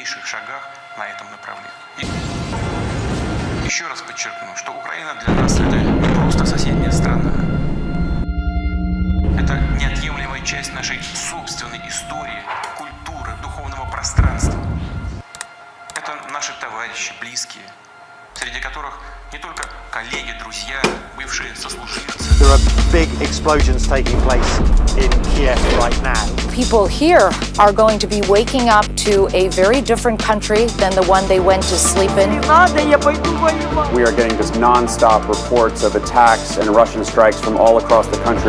дальнейших шагах на этом направлении. И еще раз подчеркну, что Украина для нас это не просто соседняя страна. Это неотъемлемая часть нашей собственной истории, культуры, духовного пространства. Это наши товарищи, близкие, среди которых не только коллеги, друзья, бывшие сослуживцы. There are big explosions taking place in Kiev right now. People here are going to be waking up to a very different country than the one they went to sleep in. We are getting just non-stop reports of attacks and Russian strikes from all across the country.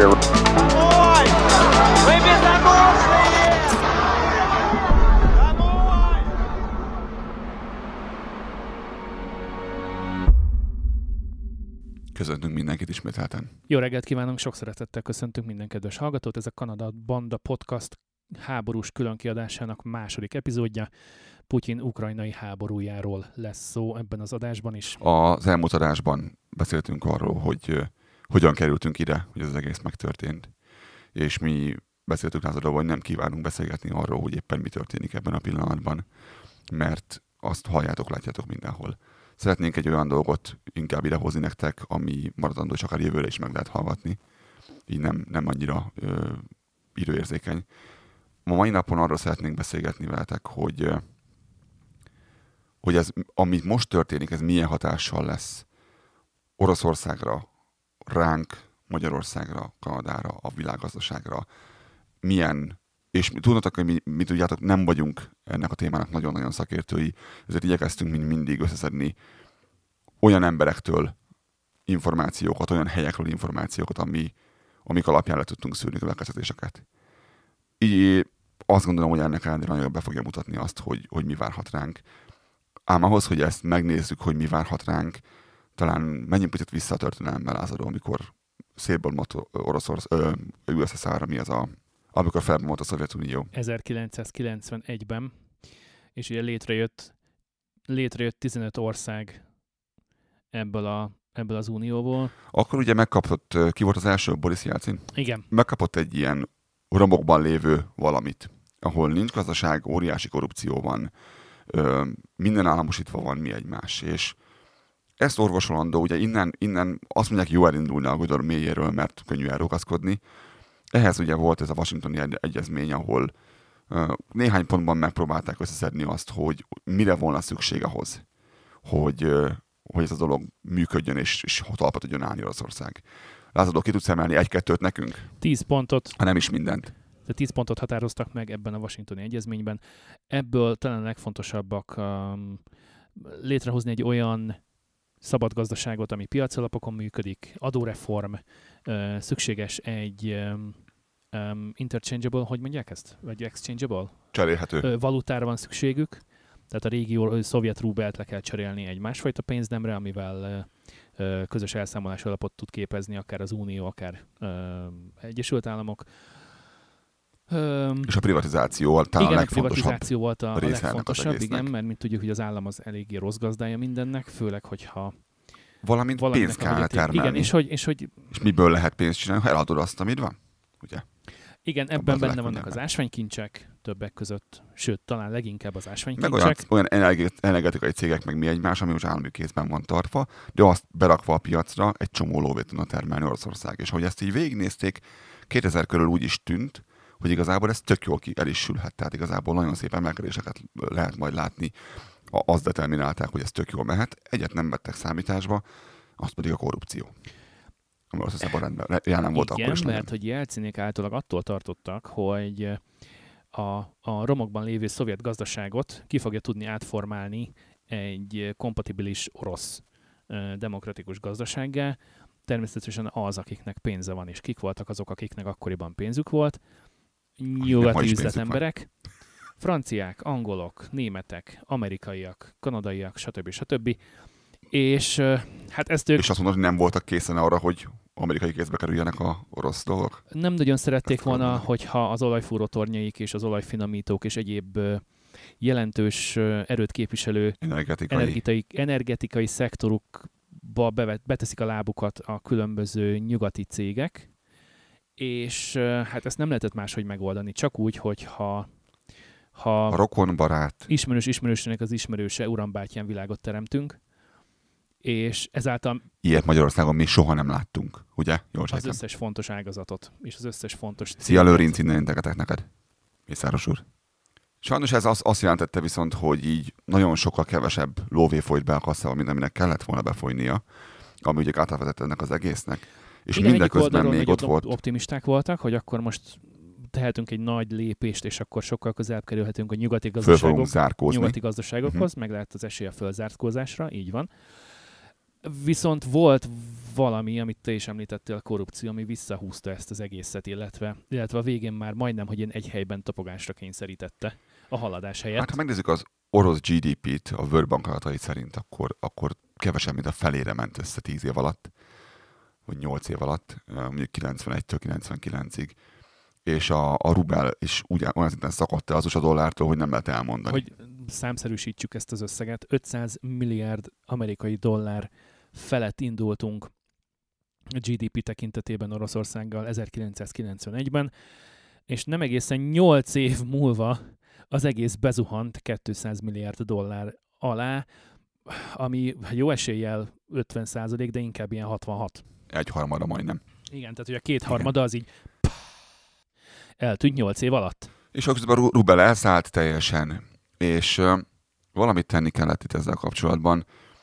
Köszöntünk mindenkit ismételten. Jó reggelt kívánunk, sok szeretettel köszöntünk minden kedves hallgatót. Ez a Kanada Banda Podcast háborús különkiadásának második epizódja. Putyin ukrajnai háborújáról lesz szó ebben az adásban is. Az elmúlt adásban beszéltünk arról, hogy hogyan kerültünk ide, hogy ez az egész megtörtént. És mi beszéltünk lázadóban, hogy nem kívánunk beszélgetni arról, hogy éppen mi történik ebben a pillanatban, mert azt halljátok, látjátok mindenhol. Szeretnénk egy olyan dolgot inkább idehozni nektek, ami maradandó, és akár jövőre is meg lehet hallgatni. Így nem annyira időérzékeny. Ma mai napon arról szeretnénk beszélgetni veletek, hogy ez, ami most történik, ez milyen hatással lesz Oroszországra, ránk, Magyarországra, Kanadára, a világgazdaságra. Milyen, és tudnotok, hogy mi tudjátok, nem vagyunk ennek a témának nagyon-nagyon szakértői, ezért igyekeztünk mindig összeszedni olyan emberektől információkat, olyan helyekről információkat, amik alapján le tudtunk szűrni következtetéseket. Így azt gondolom, hogy ennek ellenére nagyon be fogja mutatni azt, hogy mi várhat ránk. Ám ahhoz, hogy ezt megnézzük, hogy mi várhat ránk, talán menjünk picit vissza a történelemben, Lázadó, amikor szétbomlott USSR-ra, amikor felbomlott a Szovjetunió. 1991-ben, és ugye létrejött 15 ország ebből az unióból. Akkor ugye megkapott, ki volt az első? Boris Jelcin? Igen. Megkapott egy ilyen romokban lévő valamit, ahol nincs gazdaság, óriási korrupció van, minden államosítva van mi egymás, és ezt orvosolandó, ugye innen azt mondják, jó elindulni a gödör mélyéről, mert könnyű elrugaszkodni. Ehhez ugye volt ez a Washingtoni egyezmény, ahol néhány pontban megpróbálták összeszedni azt, hogy mire volna szükség ahhoz, hogy ez a dolog működjön és talpra tudjon állni Oroszország. Lázadó, ki tudsz emelni 1-2-t nekünk? 10 pontot. Ha nem is mindent. De 10 pontot határoztak meg ebben a Washingtoni egyezményben. Ebből talán a legfontosabbak létrehozni egy olyan szabad gazdaságot, ami piaci alapokon működik, adóreform, szükséges egy interchangeable, hogy mondják ezt? Vagy exchangeable? Cserélhető. Valutára van szükségük, tehát a régi szovjet rubelt le kell cserélni egy másfajta pénznemre, amivel közös elszámolás alapot tud képezni akár az Unió, akár Egyesült Államok. És a privatizáció talán igen, a legfontosabb. A privatizáció volt a legfontosabb, igen, mert mint tudjuk, hogy az állam az eléggé rossz gazdája mindennek, főleg, hogyha valamint pénzt kell termelni. Igen, és miből lehet pénzt csinálni, ha eladod azt, amit van? Ugye? Igen, ebben benne vannak az ásványkincsek többek között, sőt, talán leginkább az ásványkincsek. Meg olyan energetikai cégek, meg mi egymás, ami most állami kézben van tartva, de azt berakva a piacra egy csomó lóvét tudna termelni Oroszország. És ahogy ezt így végignézték, 2000 körül úgy is tűnt, hogy igazából ez tök jól el is sülhet. Tehát igazából nagyon szép emelkedéseket lehet majd látni. Azt determinálták, hogy ez tök jól mehet. Egyet nem vettek számításba, az pedig a korrupció. Ami Oroszországban rendben jelen volt akkor is. Igen, mert hogy Jelcinék általában attól tartottak, hogy a romokban lévő szovjet gazdaságot ki fogja tudni átformálni egy kompatibilis orosz demokratikus gazdasággá. Természetesen az, akiknek pénze van, és kik voltak azok, akiknek akkoriban pénzük volt. Nyugati üzletemberek, franciák, angolok, németek, amerikaiak, kanadaiak, stb. És hát ezt ők... És azt mondod, hogy nem voltak készen arra, hogy amerikai kézbe kerüljenek a orosz dolgok? Nem nagyon szerették volna, hogyha az olajfúrótornyaik és az olajfinomítók és egyéb jelentős erőt képviselő energetikai szektorukba beteszik a lábukat a különböző nyugati cégek, és hát ezt nem lehetett máshogy megoldani, csak úgy, hogyha Ha A rokonbarát. ismerősnek az ismerőse urambátyján világot teremtünk, és ezáltal Ilyet Magyarországon még soha nem láttunk, ugye? Jól az sejtem. összes fontos ágazatot, és az összes fontos Szia céget- Lőrinc, innen integetek neked. Mészáros úr. Sajnos ez azt jelentette viszont, hogy így nagyon sokkal kevesebb lóvé folyt be a kasszába, mint aminek kellett volna befolynia, ami ugye átvezett ennek az egésznek. És Igen, egyik mindeközben oldalról még nagyon ott volt. optimisták voltak, hogy akkor most tehetünk egy nagy lépést, és akkor sokkal közelebb kerülhetünk a nyugati Föl fogunk gazdaságok, zárkózni. nyugati gazdaságokhoz, meg lehet az esély a fölzárkózásra, így van. Viszont volt valami, amit te is említettél, korrupció, ami visszahúzta ezt az egészet, illetve a végén már majdnem, hogy egy helyben tapogásra kényszerítette a haladás helyett. Hát ha megnézzük az orosz GDP-t a World Bank adatai szerint, akkor kevesebb, mint a felére ment össze 10 év alatt, vagy 8 év alatt, mondjuk 91-től 99-ig, és a rubel is olyan szinten szakadt el az USA dollártól, hogy nem lehet elmondani. Hogy számszerűsítsük ezt az összeget, 500 milliárd amerikai dollár felett indultunk a GDP tekintetében Oroszországgal 1991-ben, és nem egészen 8 év múlva az egész bezuhant 200 milliárd dollár alá, ami jó eséllyel 50%, de inkább ilyen 66. Egyharmada majdnem. Igen, tehát hogy a kétharmada az így eltűnt 8 év alatt. És közben a rubel elszállt teljesen, és valamit tenni kellett itt ezzel kapcsolatban,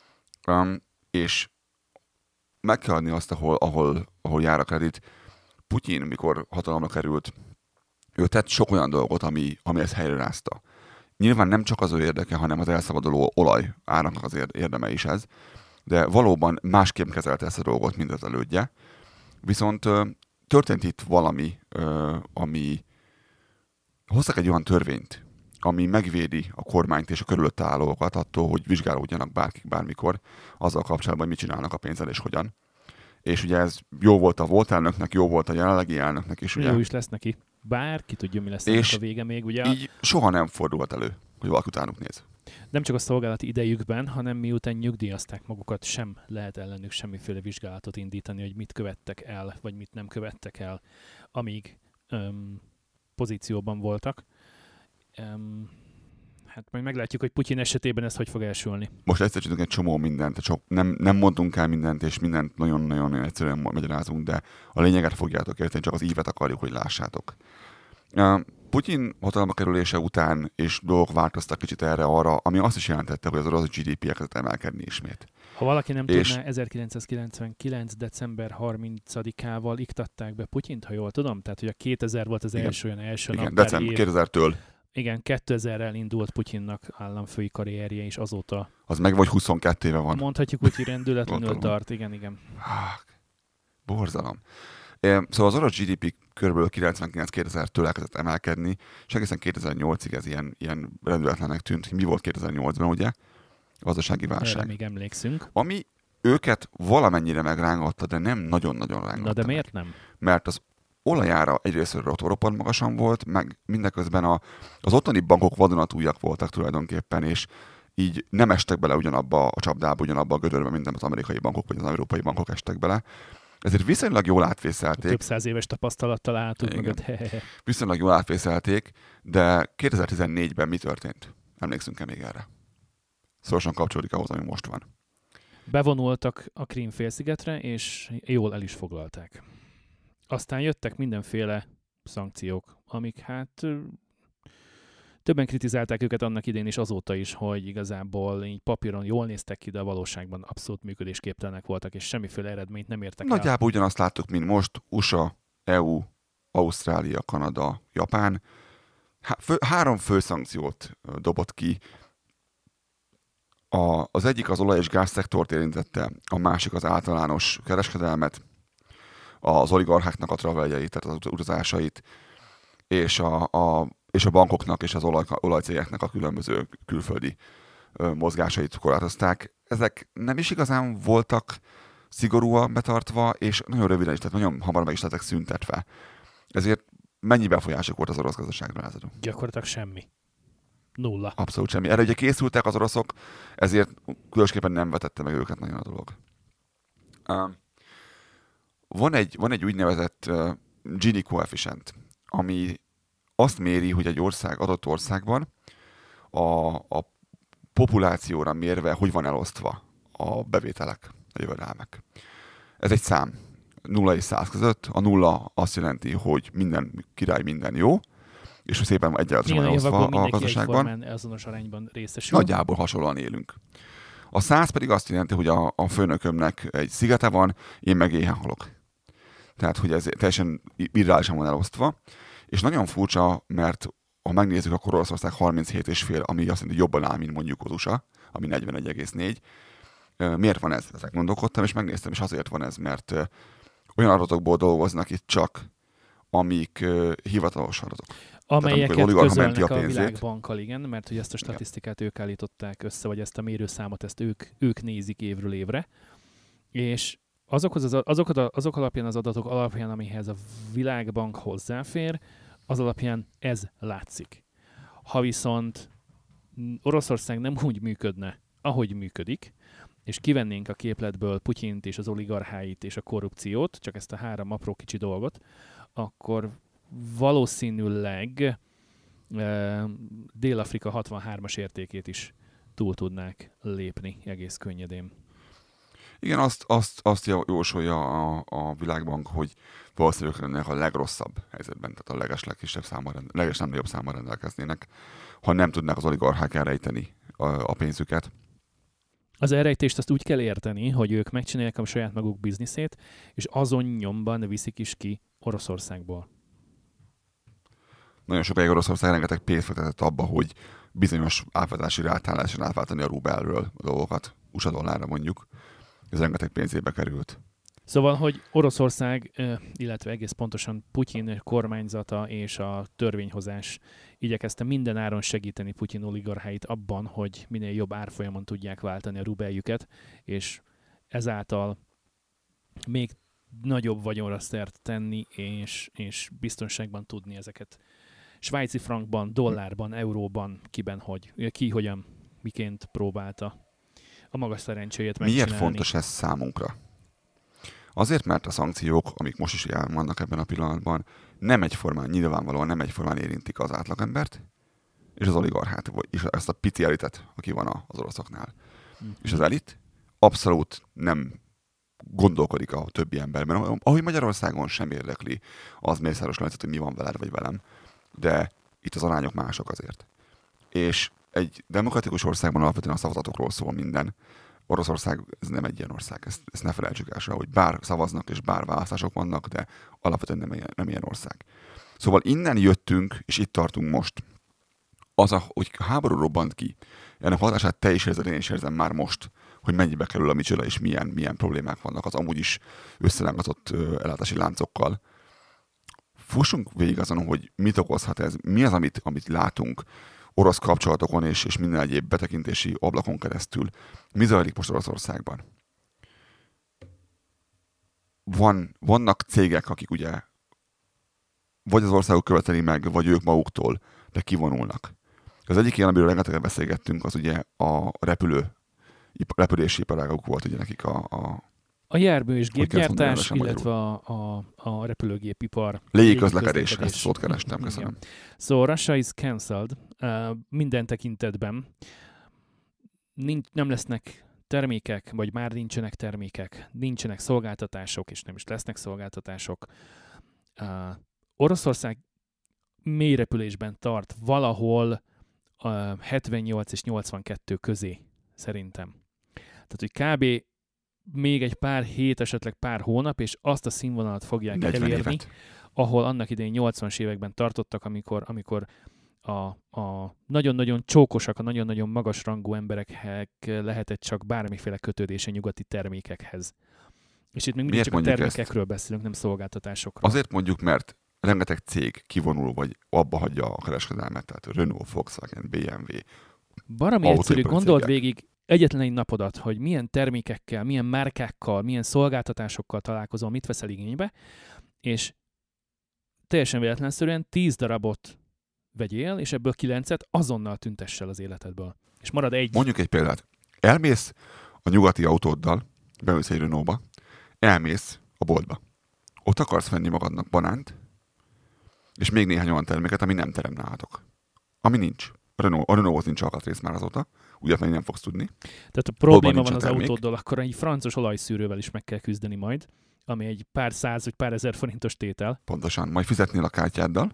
és meg kell adni azt, ahol jár a kredit. Putyin, mikor hatalomra került, ő tett sok olyan dolgot, ami ezt helyrerázta. Nyilván nem csak az ő érdeke, hanem az elszabaduló olaj áraknak az érdeme is ez, de valóban másképp kezelte ezt a dolgot, mint az elődje. Viszont történt itt valami, ami hoztak egy olyan törvényt, ami megvédi a kormányt és a körülötte állókat attól, hogy vizsgálódjanak bárkik bármikor azzal kapcsolatban, hogy mit csinálnak a pénzzel és hogyan. És ugye ez jó volt a volt elnöknek, jó volt a jelenlegi elnöknek is. Ugye? Jó is lesz neki. Bárki tudja, mi lesz ennek a vége még. Ugye? Így soha nem fordulhat elő, hogy valaki utánuk néz. Nem csak a szolgálati idejükben, hanem miután nyugdíjazták magukat, sem lehet ellenük semmiféle vizsgálatot indítani, hogy mit követtek el, vagy mit nem követtek el, amíg pozícióban voltak. Hát majd meglátjuk, hogy Putyin esetében ez hogy fog elsülni. Most egyszerűen egy csomó mindent, nem mondtunk el mindent, és mindent nagyon-nagyon egyszerűen magyarázunk, de a lényeget fogjátok érteni, csak az ívet akarjuk, hogy lássátok. Putyin hatalomra kerülése után és dolgok változtak kicsit erre-arra, ami azt is jelentette, hogy az orosz GDP elkezdett emelkedni ismét. Ha valaki nem tudná, 1999. december 30-ával iktatták be Putyint, ha jól tudom, tehát hogy a 2000 volt az első olyan első Igen, naptári december 2000-től. Igen, 2000-rel indult Putyinnak államfői karrierje, és azóta Az meg vagy 22 éve van. mondhatjuk úgy, hogy rendületlenül Gondolom. tart. Igen. Borzalom. Szóval az orosz GDP kb. 99-2000-től elkezdett emelkedni, és egészen 2008-ig ez ilyen rendületlennek tűnt. Mi volt 2008-ban, ugye? Gazdasági Erre válság. még emlékszünk. Ami őket valamennyire megrángatta, de nem nagyon-nagyon rángatta. Na de meg. miért nem? Mert az olajára egyrészt roppant magasan volt, meg mindeközben az ottani bankok vadonatújak voltak tulajdonképpen, és így nem estek bele ugyanabba a csapdába, ugyanabba a gödörbe, mint az amerikai bankok vagy az európai bankok estek bele. Ezért viszonylag jól átvészelték. Több száz éves tapasztalattal álltuk Igen. mögött. Viszonylag jól átvészelték, de 2014-ben mi történt? Emlékszünk-e még erre? Szorosan kapcsolódik ahhoz, ami most van. Bevonultak a Krím-félszigetre, és jól el is foglalták. Aztán jöttek mindenféle szankciók, amik hát többen kritizálták őket annak idén is, azóta is, hogy igazából így papíron jól néztek ki, de a valóságban abszolút működésképtelenek voltak, és semmiféle eredményt nem értek el. Nagyjából ugyanazt láttuk, mint most. USA, EU, Ausztrália, Kanada, Japán. 3 fő szankciót dobott ki. Az egyik az olaj- és gázszektort érintette, a másik az általános kereskedelmet, az oligarcháknak a traveljeit, tehát az utazásait, és a bankoknak és az olajcégeknek a különböző külföldi mozgásait korlátozták. Ezek nem is igazán voltak szigorúan betartva, és nagyon röviden is, tehát nagyon hamar meg is lettek szüntetve. Ezért mennyi befolyásuk volt az orosz gazdaságra, lázadó? Gyakorlatilag semmi. Nulla. Abszolút semmi. Erre ugye készültek az oroszok, ezért különösképpen nem vetette meg őket nagyon a dolog. Van egy úgynevezett Gini coefficient, ami azt méri, hogy egy ország adott országban a populációra mérve hogy van elosztva a bevételek, a jövedelmek. Ez egy szám. 0 és 100 között. A 0 azt jelenti, hogy minden király, minden jó, és szépen egyenlően van elosztva a gazdaságban. Mindenki azonos arányban részesül. Nagyjából hasonlóan élünk. A 100 pedig azt jelenti, hogy a főnökömnek egy szigete van, én meg éhen halok. Tehát, hogy ez teljesen irreálisan van elosztva. És nagyon furcsa, mert ha megnézzük, akkor Oroszország 37,5, ami azt jelenti jobban áll, mint mondjuk az USA, ami 41,4. Miért van ez? Ezek gondolkodtam, és megnéztem, és azért van ez, mert olyan adatokból dolgoznak itt csak, amik hivatalos adatok. Amelyeket közölnek a Világbankkal, igen, mert hogy ezt a statisztikát ők állították össze, vagy ezt a mérőszámot, ezt ők nézik évről évre. És azok alapján, az adatok alapján, amihez a Világbank hozzáfér, az alapján ez látszik. Ha viszont Oroszország nem úgy működne, ahogy működik, és kivennénk a képletből Putyint és az oligarcháit és a korrupciót, csak ezt a 3 apró kicsi dolgot, akkor valószínűleg Dél-Afrika 63-as értékét is túl tudnák lépni egész könnyedén. Igen, azt jósolja a Világbank, hogy valószínűleg lennek a legrosszabb helyzetben, tehát a legeslegnagyobb számmal rendelkeznének, ha nem tudnak az oligarchák elrejteni a pénzüket. Az elrejtést azt úgy kell érteni, hogy ők megcsinálják a saját maguk bizniszét, és azon nyomban viszik is ki Oroszországból. Nagyon sokáig Oroszország rengeteg pénzt fektetett abba, hogy bizonyos átváltási rátán lehessen átváltani a rubelről a dolgokat, USA dollárra mondjuk. Ez rengeteg pénzébe került. Szóval, hogy Oroszország, illetve egész pontosan Putyin kormányzata és a törvényhozás igyekezte minden áron segíteni Putyin oligarcháit abban, hogy minél jobb árfolyamon tudják váltani a rubeljüket, és ezáltal még nagyobb vagyonra szert tenni, és biztonságban tudni ezeket svájci frankban, dollárban, euróban, ki hogyan, miként próbálta a magas szerencséjét megcsinálni. Miért fontos ez számunkra? Azért, mert a szankciók, amik most is jelen vannak ebben a pillanatban, nyilvánvalóan nem egyformán érintik az átlagembert, és az oligarchát, és ezt a pici elitet, aki van az oroszoknál. És az elit abszolút nem gondolkodik a többi emberben, ahogy Magyarországon sem érdekli az mészáros Lőrincet, hogy mi van veled vagy velem, de itt az arányok mások azért. És egy demokratikus országban alapvetően a szavazatokról szól minden. Oroszország ez nem egy ilyen ország, ezt ne felejtsük el, hogy bár szavaznak és bár választások vannak, de alapvetően nem ilyen ország. Szóval innen jöttünk, és itt tartunk most. Hogy háború robbant ki, ennek hatását te is érzed, én is érzem már most, hogy mennyibe kerül a micsoda, és milyen problémák vannak az amúgy is összelángatott ellátási láncokkal. Fussunk végig azon, hogy mit okozhat ez, mi az, amit látunk orosz kapcsolatokon és minden egyéb betekintési ablakon keresztül. Mi zajlik most Oroszországban? Vannak cégek, akik ugye vagy az országok követeli meg, vagy ők maguktól, de kivonulnak. Az egyik ilyen, amiről rengeteget beszélgettünk, az ugye a repülési iparágok volt ugye nekik a jármű és gépgyártás, illetve a repülőgépipar. Légiközlekedés, ezt szót kerestem, köszönöm. So Russia is cancelled minden tekintetben. Nem lesznek termékek, vagy már nincsenek termékek, nincsenek szolgáltatások, és nem is lesznek szolgáltatások. Oroszország mély repülésben tart valahol 78 és 82 közé, szerintem. Tehát, hogy kb. Még egy pár hét, esetleg pár hónap, és azt a színvonalat fogják elérni, ahol annak idején 80-as években tartottak, amikor a nagyon-nagyon csókosak, a nagyon-nagyon magasrangú embereknek lehetett csak bármiféle kötődése nyugati termékekhez. És itt még mindig csak a termékekről beszélünk, nem szolgáltatásokról. Azért mondjuk, mert rengeteg cég kivonul, vagy abba hagyja a kereskedelmet, tehát Renault, Volkswagen, BMW. Baromi egyszerű, gondold végig egyetlen egy napodat, hogy milyen termékekkel, milyen márkákkal, milyen szolgáltatásokkal találkozol, mit veszel igénybe, és teljesen véletlenszerűen 10 darabot vegyél, és ebből 9-et azonnal tüntess el az életedből. És marad egy. Mondjuk egy példát. Elmész a nyugati autóddal, beülsz egy Renault-ba, elmész a boltba. Ott akarsz venni magadnak banánt, és még néhány olyan terméket, ami nem terem nálatok. Ami nincs. A Renaulthoz nincs alkatrész már azóta, úgyhogy még nem fogsz tudni. Tehát a probléma nincs van a az termék? autóddal, akkor egy francos olajszűrővel is meg kell küzdeni majd, ami egy pár száz vagy pár ezer forintos tétel. Pontosan. Majd fizetnél a kártyáddal,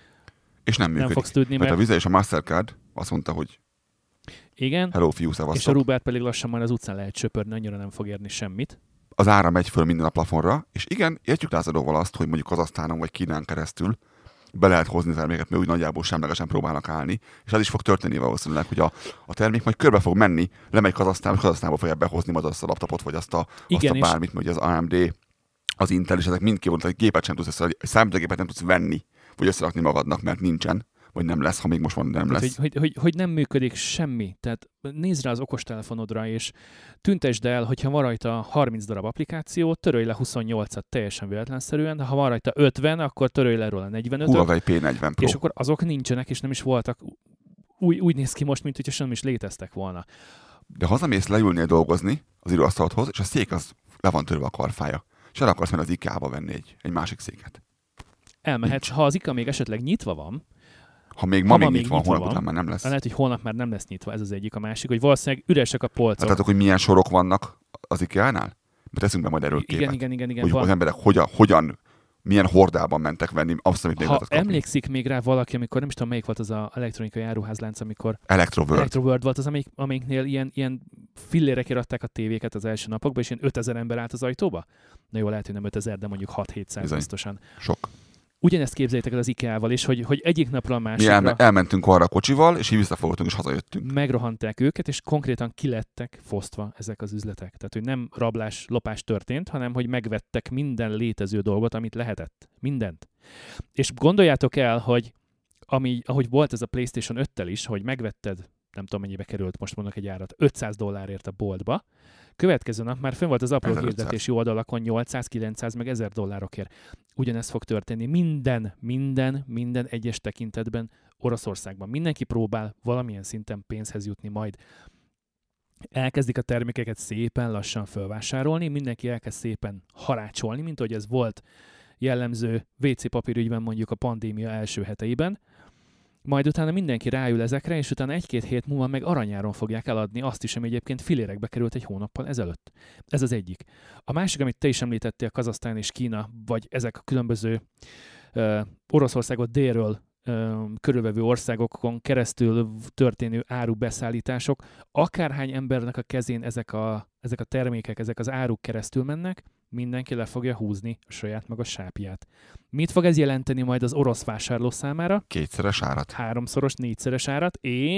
és nem működik. fogsz tudni, mert a mert- Visa és a Mastercard azt mondta, hogy Igen, hello, fiú, és a szevasztok. Rubert pedig lassan majd az utcán lehet söpörni, annyira nem fog érni semmit. Az ára megy föl minden a plafonra, és igen, értjük lázadóval azt, hogy mondjuk Kazahsztánon vagy Kínán keresztül be lehet hozni terméket, mert úgy nagyjából semlegesen próbálnak állni, és az is fog történni valószínűleg, hogy a termék majd körbe fog menni, lemegy Kazahsztánba, és Kazahsztánba fogja behozni majd azt a laptopot, vagy azt a Igen, és- bármit, hogy az AMD, az Intel, és ezek mind kivontak, egy gépet sem tudsz összerakni, egy számítógépet nem tudsz venni, vagy összerakni magadnak, mert nincsen, vagy nem lesz, ha még most van, nem Tehát, lesz. hogy nem működik semmi. Tehát nézd rá az okostelefonodra, és tüntesd el, hogyha van rajta 30 darab applikáció, törölj le 28-at teljesen véletlenszerűen, de ha van rajta 50, akkor törölj le róla 45-öt, Huawei P40 Pro. és akkor azok nincsenek, és nem is voltak. Úgy néz ki most, mint hogyha sem is léteztek volna. De hazamész leülnél dolgozni az íróasztalodhoz, és a szék az le van törve a karfája. És el akarsz menni az IKEA-ba venni egy másik széket. Elmehetsz, ha az IKEA még esetleg nyitva van, Ha még ma Ha még ma még nyitva, nyitva holnap van, után már nem lesz. lehet, hogy holnap már nem lesz nyitva, ez az egyik, a másik, hogy valószínűleg üresek a polcok. Láttátok, hogy milyen sorok vannak az IKEA-nál? Mert teszünk be majd erről képet. Igen. Hogy Van. az emberek hogyan, milyen hordában mentek venni azt, amit még Ha lehetett kapni. emlékszik még rá valaki, amikor nem is tudom, melyik volt az a elektronikai áruházlánc, amikor Electroworld. Electroworld volt az, amiknél ilyen fillérekért adták a tévéket az első napokban, és ilyen 5000 ember állt az ajtóba? Na jó, lehet, hogy nem 5000, de mondjuk 6-700 Bizony. biztosan. Sok. Ugyanezt képzeljétek el az IKEA-val, és hogy egyik napról a Mi másikra elmentünk arra a kocsival, és így visszafogottunk, és hazajöttünk. megrohanták őket, és konkrétan kilettek fosztva ezek az üzletek. Tehát, hogy nem rablás, lopás történt, hanem, hogy megvettek minden létező dolgot, amit lehetett. Mindent. És gondoljátok el, hogy ahogy volt ez a PlayStation 5-tel is, hogy megvetted, nem tudom mennyibe került, most mondok egy árat, $500 a boltba, következő nap már fönn volt az apró 1500. hirdetési oldalakon 800, 900, meg $1000. Ugyanezt fog történni minden egyes tekintetben Oroszországban. Mindenki próbál valamilyen szinten pénzhez jutni majd. Elkezdik a termékeket szépen lassan fölvásárolni, mindenki elkezd szépen harácsolni, mint ahogy ez volt jellemző WC papírügyben mondjuk a pandémia első heteiben, majd utána mindenki ráül ezekre, és utána 1-2 hét múlva meg aranyáron fogják eladni azt is, ami egyébként filérekbe került egy hónappal ezelőtt. Ez az egyik. A másik, amit te is említettél, Kazahsztán és Kína, vagy ezek a különböző Oroszországot délről körülvevő országokon keresztül történő árubeszállítások, akárhány embernek a kezén ezek a termékek, ezek az áruk keresztül mennek, mindenki le fogja húzni a saját maga sápját. Mit fog ez jelenteni majd az orosz vásárló számára? 2-szeres árat. 3-szoros, 4-szeres árat,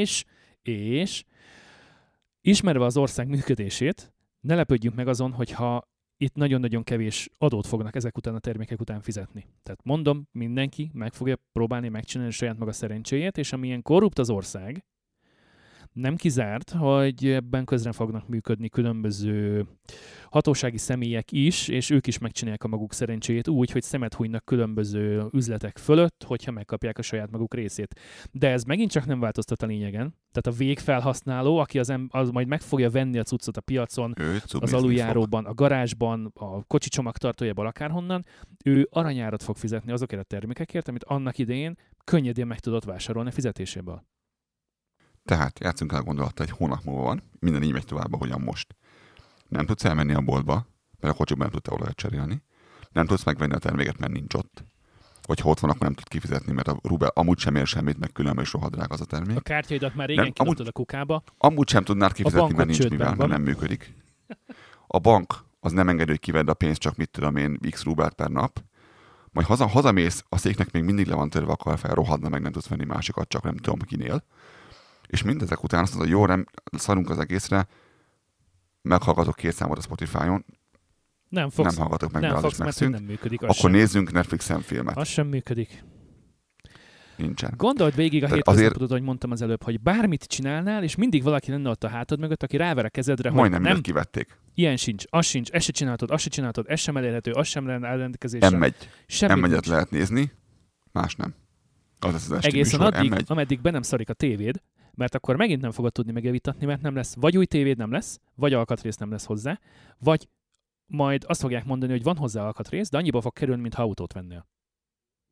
és ismerve az ország működését, ne lepődjünk meg azon, hogyha itt nagyon-nagyon kevés adót fognak ezek után a termékek után fizetni. Tehát mondom, mindenki meg fogja próbálni megcsinálni saját maga szerencséjét, és amilyen korrupt az ország, nem kizárt, hogy ebben közre fognak működni különböző hatósági személyek is, és ők is megcsinálják a maguk szerencséjét úgy, hogy szemet hunynak különböző üzletek fölött, hogyha megkapják a saját maguk részét. De ez megint csak nem változtat a lényegen. Tehát a végfelhasználó, aki az majd meg fogja venni a cuccot a piacon, az aluljáróban, a garázsban, a kocsi csomagtartójában, akárhonnan, ő aranyárat fog fizetni azokért a termékekért, amit annak idején könnyedén meg tudott vásárolni fizetéséből. Tehát játszunk el a gondolattal, egy hónap múlva van, minden így megy tovább, ahogyan most. Nem tudsz elmenni a boltba, mert a kocsiban nem tudtál olajat cserélni. Nem tudsz megvenni a terméket, mert nincs ott. Vagy ha ott van, akkor nem tud kifizetni, mert a rubel amúgy sem ér semmit, meg különben is rohadrág az a termék. A kártyaidat már régen kidobtad a kukába. Amúgy sem tudnád kifizetni, bankot mert nincs csődben mivel, van. mert nem működik. A bank az nem engedi, hogy kivedd a pénzt, csak mit tudom én, x rubelt per nap. Majd hazamész, a széknek még mindig le van törve a karfája, rohadna, meg nem tudsz venni másikat, csak nem tudom kinél. És mindezek után azt mondod, hogy jó, nem szarunk az egészre, meghallgatok 2 számot a Spotify-on, Nem fogsz, nem hallgatok meg, de nem az fogsz, is mert megszűnt. nem működik. Az Akkor sem. nézzünk Netflixen filmet. Az sem működik. Nincsen. Gondold végig a Tehát hétköznapodat, ahogy mondtam az előbb, hogy bármit csinálnál, és mindig valaki lenne ott a hátad mögött, aki ráver a kezedre, hogy Majdnem nem, mindent kivették. ilyen sincs, az sincs, ezt se csináltad, ez sem elérhető, az sem lenne elrendelkezésre. M1. Semmit M1-et nincs. lehet nézni, más nem. Az lesz az esti Egészen műsor, addig, M1. ameddig be nem szarik a tévéd, mert akkor megint nem fogod tudni megjavítatni, mert nem lesz, vagy új tévéd nem lesz, vagy alkatrész nem lesz hozzá, vagy majd azt fogják mondani, hogy van hozzá alkatrész, de annyiba fog kerülni, mint ha autót vennél.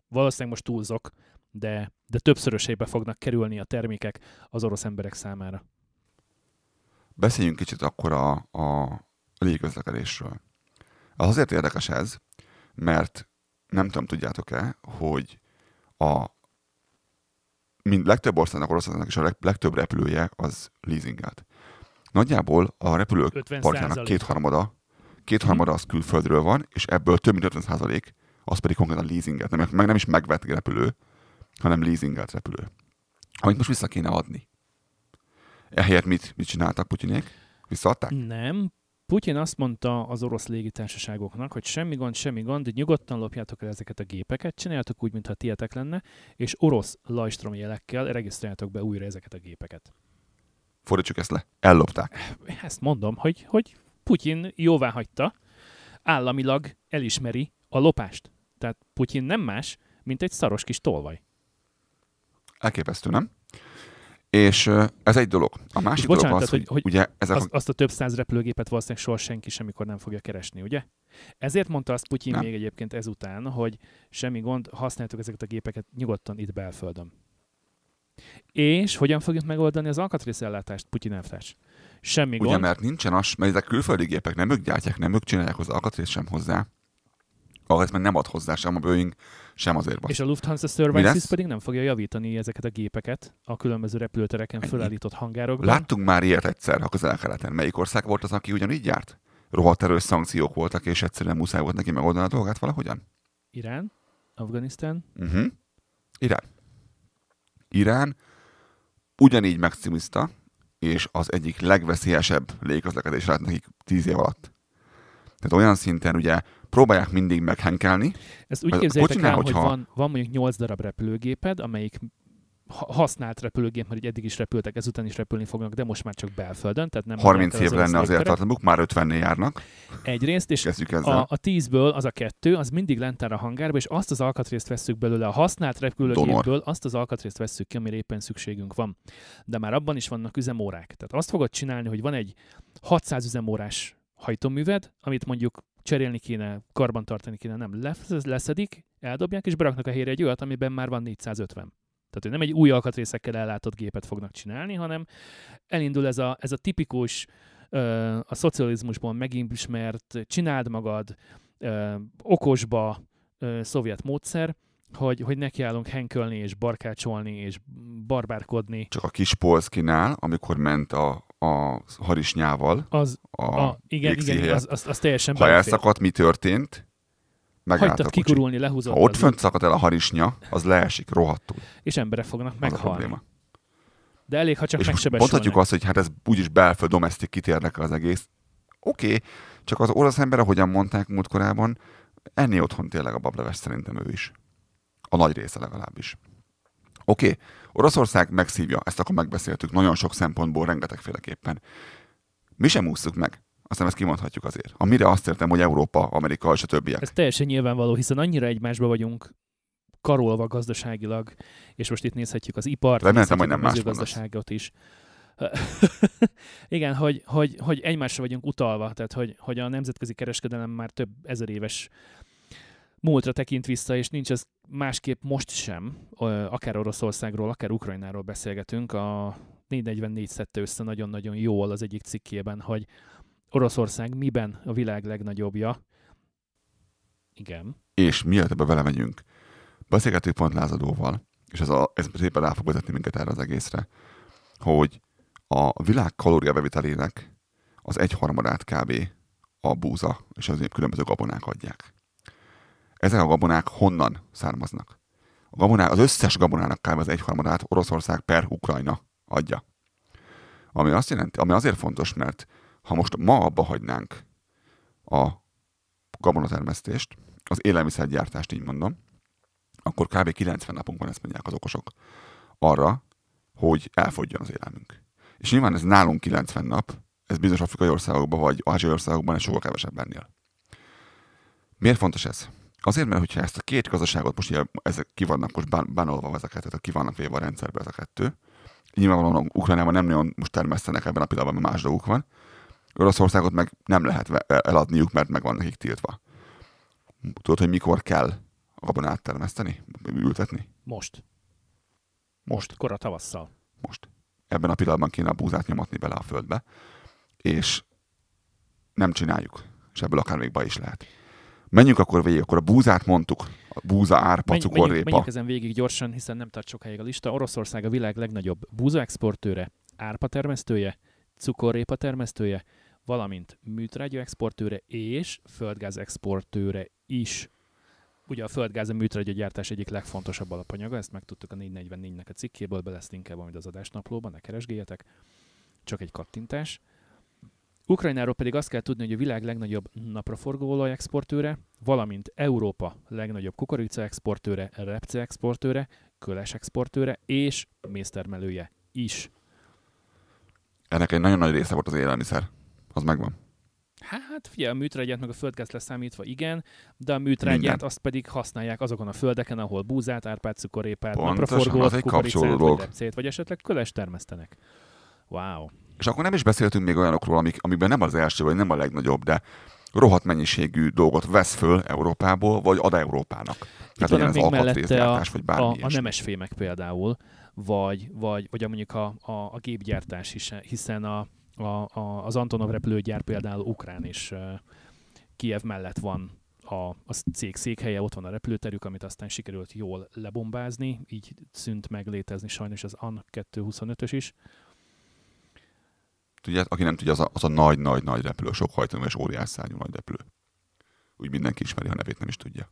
Valószínűleg most túlzok, de többszörösébe fognak kerülni a termékek az orosz emberek számára. Beszéljünk kicsit akkor a légiközlekedésről. Az azért érdekes ez, mert nem tudom, tudjátok-e, hogy legtöbb országnak, Oroszországnak is a legtöbb repülője az leasingelt. Nagyjából a repülők 50%. parkjának kétharmada az külföldről van, és ebből több mint 50% az pedig konkrétan leasingelt. Nem is megvett repülő, hanem leasingelt repülő. Amit most vissza kéne adni. Ehelyett mit csináltak Putyinék? Visszaadták? Nem. Putyin azt mondta az orosz légitársaságoknak, hogy semmi gond, nyugodtan lopjátok el ezeket a gépeket, csináljátok úgy, mintha tietek lenne, és orosz Lajstrom jelekkel regisztráljátok be újra ezeket a gépeket. Fordítsuk ezt le. Ellopták. Ezt mondom, hogy Putyin jóvá hagyta, államilag elismeri a lopást. Tehát Putyin nem más, mint egy szaros kis tolvaj. Elképesztő, nem? És ez egy dolog. A másik dolog az, hogy ugye ezek azt a több száz repülőgépet valószínűleg soha senki semmikor nem fogja keresni, ugye? Ezért mondta azt Putyin nem. még egyébként ezután, hogy semmi gond, használjátok ezeket a gépeket nyugodtan itt belföldön. És hogyan fogjuk megoldani az alkatrészellátást, Putyin elvtárs? Semmi ugye, gond. mert nincsen mert ezek külföldi gépek, nem ők gyártják, nem ők csinálják az alkatrészt sem hozzá. Ahhoz meg nem ad hozzá sem a Boeing, sem az Airbus. És a Lufthansa Services pedig nem fogja javítani ezeket a gépeket a különböző repülőtereken fölállított hangárokban. Láttunk már ilyet egyszer a Közel-Keleten. Melyik ország volt az, aki ugyanígy járt? Rohadt erős szankciók voltak, és egyszerűen muszáj volt neki megoldani a dolgát valahogyan? Irán? Afganisztán? Irán ugyanígy megcimizta, és az egyik legveszélyesebb légiközlekedés lett nekik 10 év alatt. Tehát olyan szinten ugye próbálják mindig meghenkelni. Ezt úgy képzeljétek el, hogy van mondjuk 8 darab repülőgéped, amelyik használt repülőgép, mert eddig is repültek, ezután is repülni fognak, de most már csak belföldön. Tehát nem 30 év lenne azért tartalmuk, már 50-nél járnak. Egyrészt, és a 10-ből az a 2, az mindig lent áll a hangárba, és azt az alkatrészt vesszük belőle, a használt repülőgépből azt az alkatrészt vesszük ki, amire éppen szükségünk van. De már abban is vannak üzemórák. Tehát azt fogod csinálni, hogy van egy 600 üzemórás hajtóműved, amit mondjuk cserélni kéne, karbantartani kéne, nem leszedik, eldobják, és beraknak a helyére egy olyat, amiben már van 450. Tehát nem egy új alkatrészekkel ellátott gépet fognak csinálni, hanem elindul ez a tipikus, a szocializmusból megismert, csináld magad, okosba szovjet módszer, hogy nekiállunk henkölni és barkácsolni és barbárkodni. Csak a kis Polszkinál, amikor ment a harisnyával, igen, az teljesen ha elszakadt, mi történt? Hagytad kigurulni, lehúzott. Ha ott fönt szakad el a harisnya, az leesik rohadtul. És emberek fognak meghalni. De elég, ha csak és megsebesülnek. Mondhatjuk azt, hogy hát ez úgyis belföld, domestic kitérnek az egész. Oké, csak az orosz ember, ahogyan mondták múltkorában, ennél otthon tényleg a bableves, szerintem ő is. A nagy része legalábbis. Oké, Oroszország megszívja, ezt akkor megbeszéltük, nagyon sok szempontból, rengetegféleképpen. Mi sem ússzuk meg. Aztán ezt kimondhatjuk azért. Amire azt értem, hogy Európa, Amerika és a többiek. Ez teljesen nyilvánvaló, hiszen annyira egymásba vagyunk karolva gazdaságilag, és most itt nézhetjük az ipart, nézhetjük a mezőgazdaságot is. Igen, hogy egymásra vagyunk utalva, tehát hogy a nemzetközi kereskedelem már több ezer éves múltra tekint vissza, és nincs ez másképp most sem, akár Oroszországról, akár Ukrajnáról beszélgetünk. A 444 szedte össze nagyon-nagyon jól az egyik cikkében, hogy Oroszország miben a világ legnagyobbja. Igen. És mielőtt ebbe vele megyünk, beszélgetünk pont Lázadóval, és ez szépen rá fog vezetni minket erre az egészre, hogy a világ kalóriabevitelének az 1/3 kb. A búza és az különböző gabonák adják. Ezek a gabonák honnan származnak? Az összes gabonának kb. Az 1/3 Oroszország per Ukrajna adja. Ami azt jelenti, ami azért fontos, mert ha most ma abba hagynánk a gabonatermesztést, az élelmiszergyártást, így mondom, akkor kb. 90 napunk van, ezt mondják az okosok, arra, hogy elfogyjon az élelmünk. És nyilván ez nálunk 90 nap, ez bizonyos afrikai országokban vagy ázsiai országokban sokkal kevesebb ennél. Miért fontos ez? Azért, mert hogyha ezt a két gazdaságot most ezek ki vannak most bánolva ezeket, tehát ki vannak véve a rendszerbe ez a kettő, nyilvánvalóan Ukrajnában nem nagyon most termesztenek ebben a pillanatban, mert más dolguk van, Oroszországot meg nem lehet eladniuk, mert meg van nekik tiltva. Tudod, hogy mikor kell a gabonát termeszteni, ültetni? Most, kora tavasszal. Most. Ebben a pillanatban kéne a búzát nyomatni bele a földbe, és nem csináljuk. És ebből akár még baj is lehet. Menjünk akkor végig, akkor a búzát mondtuk. A búza, árpa, cukorrépa. Menjünk ezen végig gyorsan, hiszen nem tart sokáig a lista. Oroszország a világ legnagyobb búzaexportőre, árpa termesztője, cukorrépa termesztője, valamint műtrágya exportőre és földgáz exportőre is. Ugye a földgáz a műtrágya gyártás egyik legfontosabb alapanyaga, ezt megtudtuk a 444-nek a cikkéből, be lesz linkelve majd az adásnaplóban, ne keresgéljetek. Csak egy kattintás. Ukrajnáról pedig azt kell tudni, hogy a világ legnagyobb napraforgóolaj exportőre, valamint Európa legnagyobb kukorica exportőre, repce exportőre, köles exportőre és méztermelője is. Ennek egy nagyon nagy része volt az élelmiszer. Az megvan. Hát figyelj, a műtrágyát meg a földgáz leszámítva igen, de a műtrágyát Minden. azt pedig használják azokon a földeken, ahol búzát, árpát, cukorrépát, Pontosan, napraforgót, az egy kukoricát, kapcsolódó vagy dolog. repcét, vagy esetleg köles termesztenek. Wow. És akkor nem is beszéltünk még olyanokról, amikben nem az első, vagy nem a legnagyobb, de rohadt mennyiségű dolgot vesz föl Európából, vagy ad Európának. Itt Tehát legyen vannak ez még mellette alkatrészgyártás, vagy bármi a ilyesmi. nemesfémek például, vagy mondjuk a gépgyártás is, hiszen az Antonov repülőgyár például ukrán és Kijev mellett van a cég székhelye, ott van a repülőterük, amit aztán sikerült jól lebombázni, így szűnt meg létezni sajnos az An-225-ös is. Tudjátok, aki nem tudja, az a nagy repülő, sok hajtómű és óriás szárnyú nagy repülő. Úgy mindenki ismeri, ha nevét nem is tudja.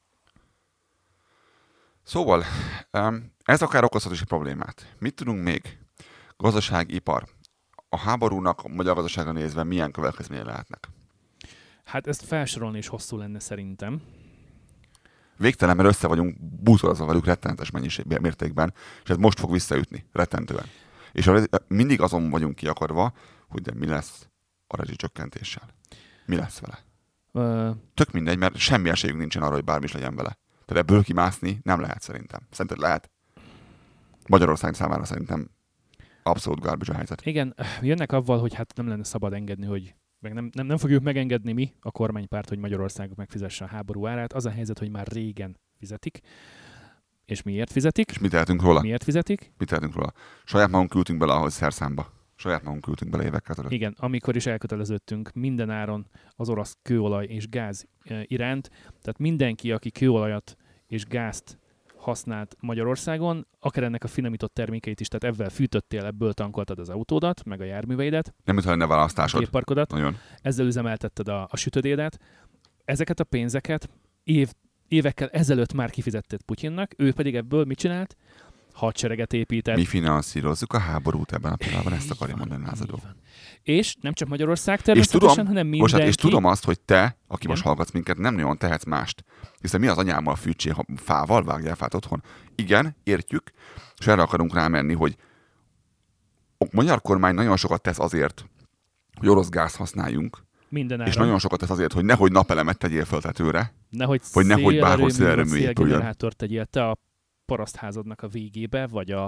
Szóval, ez akár okozhat is egy problémát. Mit tudunk még? Gazdaság, ipar. A háborúnak a magyar gazdaságra nézve milyen következményei lehetnek? Hát ezt felsorolni is hosszú lenne szerintem. Végtelen, mert össze vagyunk bútorozva velük rettenetes mértékben, és ez most fog visszaütni, rettentően. És mindig azon vagyunk kiakarva, hogy de mi lesz a rezsicsökkentéssel. Mi lesz vele? Tök mindegy, mert semmi esélyünk nincsen arra, hogy bármi is legyen vele. Tehát ebből kimászni nem lehet szerintem. Szerinted lehet? Magyarország számára szerintem abszolút garbage a helyzet. Igen, jönnek avval, hogy hát nem lenne szabad engedni, hogy meg nem fogjuk megengedni mi, a kormánypárt, hogy Magyarország megfizesse a háború árát. Az a helyzet, hogy már régen fizetik. És miért fizetik? És mit tehetünk róla? Miért fizetik? Mit tehetünk róla? Saját magunk küldtünk bele ahhoz szerszámba. Saját magunk küldtünk bele évekkel ezelőtt. Igen, amikor is elköteleződtünk minden áron az orosz kőolaj és gáz iránt. Tehát mindenki, aki kőolajat és gázt használt Magyarországon, akár ennek a finomított termékeit is, tehát ebben fűtöttél, ebből tankoltad az autódat, meg a járműveidet, Nem mintha lenne választásod. gépparkodat, Nagyon. ezzel üzemeltetted a sütödédet. Ezeket a pénzeket évekkel ezelőtt már kifizetted Putyinnak, ő pedig ebből mit csinált? Hadsereget épített. Mi finanszírozzuk a háborút ebben a pillanatban, ezt akarja mondani lázadó. És nem csak Magyarország És természetesen, tudom, hanem bocsánat, mindenki. és tudom azt, hogy te, aki Igen. most hallgatsz minket, nem nagyon tehetsz mást. Hiszen mi az anyámmal fűtsél, ha fával vágjál fát otthon? Igen, értjük, és erre akarunk rámenni, hogy a magyar kormány nagyon sokat tesz azért, hogy orosz gáz használjunk, Minden áron. és nagyon sokat tesz azért, hogy nehogy napelemet tegyél föl tetőre, nehogy hogy nehogy bárhol szélerőmű vagy szélerőmű épüljön. szélgenerátort tegyél te a parasztházadnak a végébe, vagy a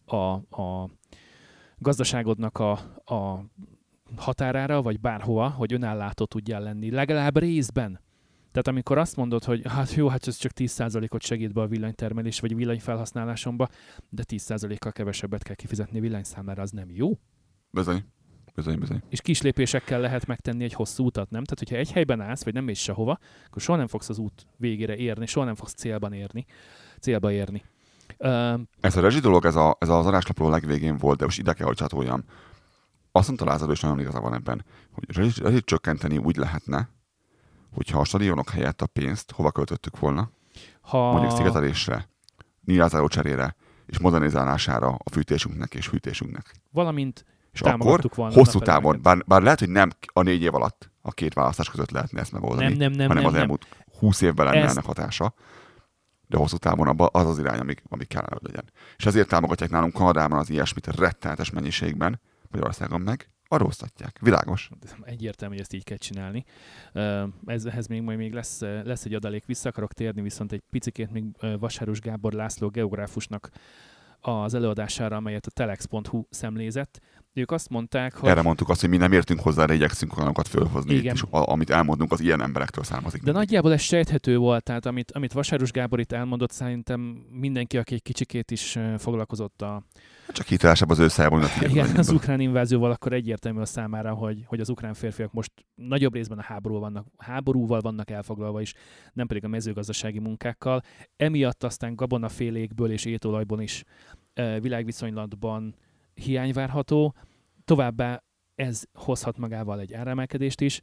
gazdaságodnak a határára, vagy bárhova, hogy önállátó tudjál lenni, legalább részben. Tehát amikor azt mondod, hogy hát jó, hát ez csak 10%-ot segít be a villanytermelés, vagy villanyfelhasználásomba, de 10%-kal kevesebbet kell kifizetni villanyszámlára, az nem jó. Bizony. És kis lépésekkel lehet megtenni egy hosszú utat, nem? Tehát, hogyha egy helyben állsz, vagy nem mész sehova, akkor soha nem fogsz az út végére érni, soha nem fogsz célba érni. Ez a rezsi dolog, ez az adáslapról legvégén volt, de most ide kell, hogy csatoljam. Azt mondta Lázadó, és nagyon igaza van ebben, hogy rezsit csökkenteni úgy lehetne, hogyha a stadionok helyett a pénzt hova költöttük volna, mondjuk szigetelésre, nyílázáró cserére és modernizálására a fűtésünknek és hűtésünknek. Valamint És akkor támogattuk volna hosszú a távon, napelemeket. bár lehet, hogy nem a 4 év alatt a két választás között lehetne ezt megoldani, hanem az elmúlt 20 évben lenne ennek hatása, de hosszú távon az az irány, amik kellene, hogy legyen. És ezért támogatják nálunk Kanadában az ilyesmit rettenetes mennyiségben, Magyarországon meg adóztatják. Világos? Egyértelmű, hogy ezt így kell csinálni. Ehhez még lesz egy adalék, vissza akarok térni, viszont egy picikét még Vasárus Gábor László geográfusnak az előadására, amelyet a telex.hu szemlézett. ők azt mondták, hogy... Erre mondtuk azt, hogy mi nem értünk hozzá, de igyekszünk olyanokat fölhozni, Igen. és amit elmondunk, az ilyen emberektől származik. De nagyjából ez sejthető volt, tehát amit Vasárus Gábor itt elmondott, szerintem mindenki, aki egy kicsikét is foglalkozott Csak hitelesebb az ő szájából, igen, az ukrán invázióval, akkor egyértelmű a számára, hogy az ukrán férfiak most nagyobb részben a háborúval vannak elfoglalva is, nem pedig a mezőgazdasági munkákkal. Emiatt aztán gabonafélékből és étolajból is világviszonylatban hiány várható. Továbbá ez hozhat magával egy áremelkedést is,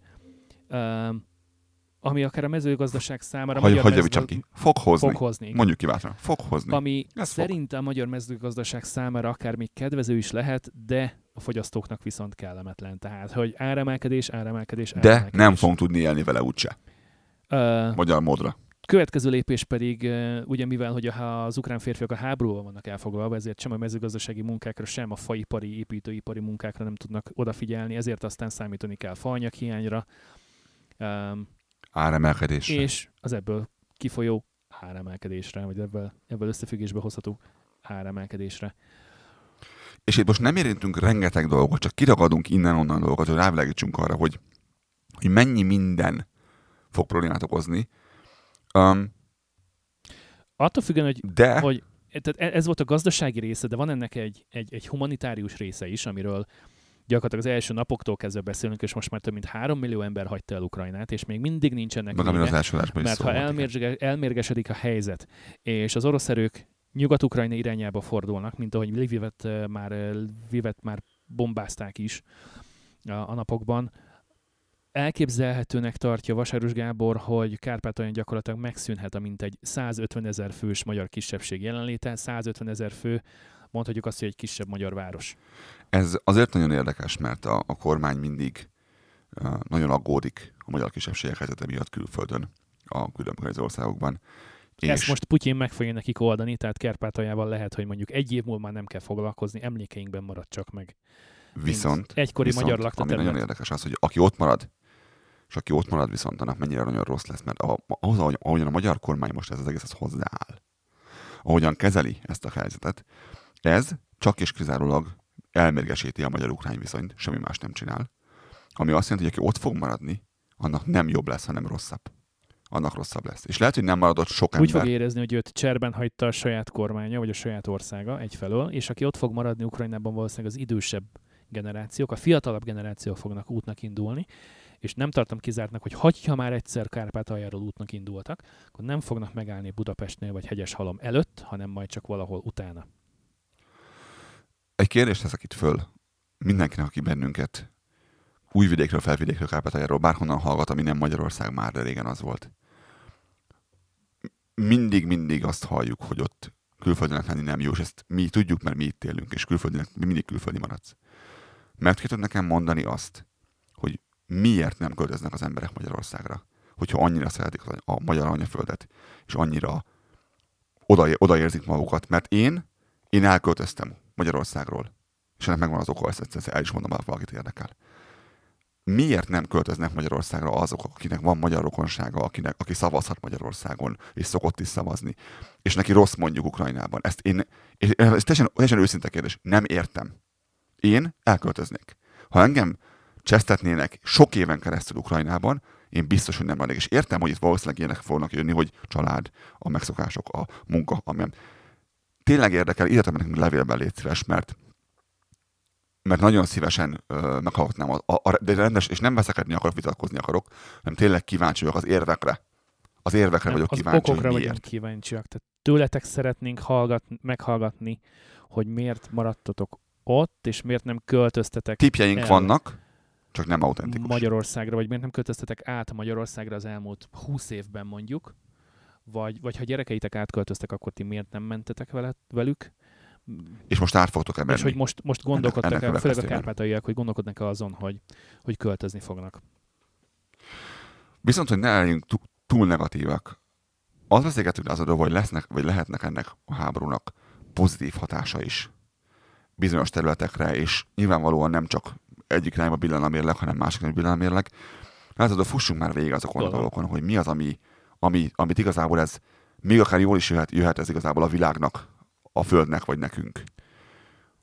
ami akár a mezőgazdaság számára... Fog hozni. Fog hozni. Mondjuk kiváltani. Fog hozni. Ami szerintem a magyar mezőgazdaság számára akár még kedvező is lehet, de a fogyasztóknak viszont kellemetlen. Tehát, hogy áremelkedés. De nem fogunk tudni élni vele úgyse. Magyar módra. Következő lépés pedig, ugye mivel hogy az ukrán férfiak a háborúval vannak elfoglalva, ezért sem a mezőgazdasági munkákra, sem a faipari, építőipari munkákra nem tudnak odafigyelni, ezért aztán számítani kell faanyag hiányra. Áremelkedésre. És az ebből kifolyó áremelkedésre, vagy ebből összefüggésbe hozható áremelkedésre. És itt most nem érintünk rengeteg dolgot, csak kiragadunk innen-onnan dolgokat, hogy rávilágítsunk arra, hogy mennyi minden fog problémát okozni. Attól függően, hogy tehát ez volt a gazdasági része, de van ennek egy humanitárius része is, amiről gyakorlatilag az első napoktól kezdve beszélünk, és most már több mint 3 millió ember hagyta el Ukrajnát, és még mindig nincsenek vége, mert ha elmérgesedik a helyzet, és az orosz erők Nyugat-Ukrajna irányába fordulnak, mint ahogy Lvivet már bombázták is a napokban, elképzelhetőnek tartja Vasárus Gábor, hogy Kárpátalján gyakorlatilag megszűnhet a mintegy 150 000 fős magyar kisebbség jelenléte. 150 000 fő, mondhatjuk azt, hogy egy kisebb magyar város. Ez azért nagyon érdekes, mert a kormány mindig nagyon aggódik a magyar kisebbségek helyzete miatt külföldön, a különböző országokban. Ezt most Putyin meg fogja nekik oldani, tehát Kárpátaljával lehet, hogy mondjuk egy év múlva már nem kell foglalkozni, emlékeinkben marad csak meg. Viszont egykori magyar lakta ami nagyon érdekes az, hogy aki ott marad, viszont annak mennyire nagyon rossz lesz, mert ahogyan a magyar kormány most ez az egész hozzááll, ahogyan kezeli ezt a helyzetet, ez csak és kizárólag elmérgesíti a magyar-ukrán viszonyt, semmi más nem csinál. Ami azt jelenti, hogy aki ott fog maradni, annak nem jobb lesz, hanem rosszabb. Annak rosszabb lesz. És lehet, hogy nem maradott sok ember. Úgy fog érezni, hogy őt cserben hagyta a saját kormánya, vagy a saját országa egyfelől, és aki ott fog maradni Ukrajnában, valószínűleg az idősebb generációk, a fiatalabb generációk fognak útnak indulni, és nem tartom kizártnak, hogy ha már egyszer Kárpátaljáról útnak indultak, akkor nem fognak megállni Budapestnél vagy Hegyeshalom előtt, hanem majd csak valahol utána. Egy kérdést teszek itt föl mindenkinek, aki bennünket Újvidékről, Felvidékről, Kárpátaljáról, bárhonnan hallgat, ami nem Magyarország már, de régen az volt. Mindig azt halljuk, hogy ott külföldinek lenni nem jó, és ezt mi tudjuk, mert mi itt élünk, és mindig külföldi maradsz. Mert ki tud nekem mondani azt, hogy miért nem költöznek az emberek Magyarországra, hogyha annyira szeretik a magyar anyaföldet, és annyira odaérzik magukat, mert én elköltöztem Magyarországról, és ennek megvan az oka, ezt el is mondom, ha valakit érdekel. Miért nem költöznek Magyarországra azok, akinek van magyar rokonsága, aki szavazhat Magyarországon, és szokott is szavazni, és neki rossz mondjuk Ukrajnában? Ez teljesen őszinte kérdés. Nem értem. Én elköltöznék. Ha engem csesztetnének sok éven keresztül Ukrajnában, én biztos, hogy nem lennék. És értem, hogy itt valószínűleg ilyenek fognak jönni, hogy család, a megszokások, a munka, amilyen. Tényleg érdekel, írtam nekünk levélben, légy szíves, mert nagyon szívesen meghallgatnám, de rendes, és nem veszekedni akarok, vitatkozni akarok, hanem tényleg kíváncsi vagyok az érvekre. Az érvekre vagyok kíváncsi, okokra hogy miért. vagyunk kíváncsiak. Tehát tőletek szeretnénk meghallgatni, hogy miért maradtatok ott, és miért nem költöztetek Tippjeink vannak, csak nem autentikus. Magyarországra, vagy miért nem költöztetek át Magyarországra az elmúlt 20 évben mondjuk, vagy ha gyerekeitek átköltöztek, akkor ti miért nem mentetek velük? És most át fogtok menni. És hogy most gondolkodtak, főleg a kárpátaljaiak, hogy gondolkodnak azon, hogy költözni fognak. Viszont, hogy ne legyünk túl negatívak, az beszélgetünk azodról, hogy lehetnek ennek a háborúnak pozitív hatása is bizonyos területekre, és nyilvánvalóan nem csak egyik irányba billen a mérleg, hanem másik irányba billen a mérleg. Látod, fussunk már végig azokon a dolgokon, hogy mi az, amit igazából ez, még akár jól is jöhet ez igazából a világnak, a Földnek vagy nekünk.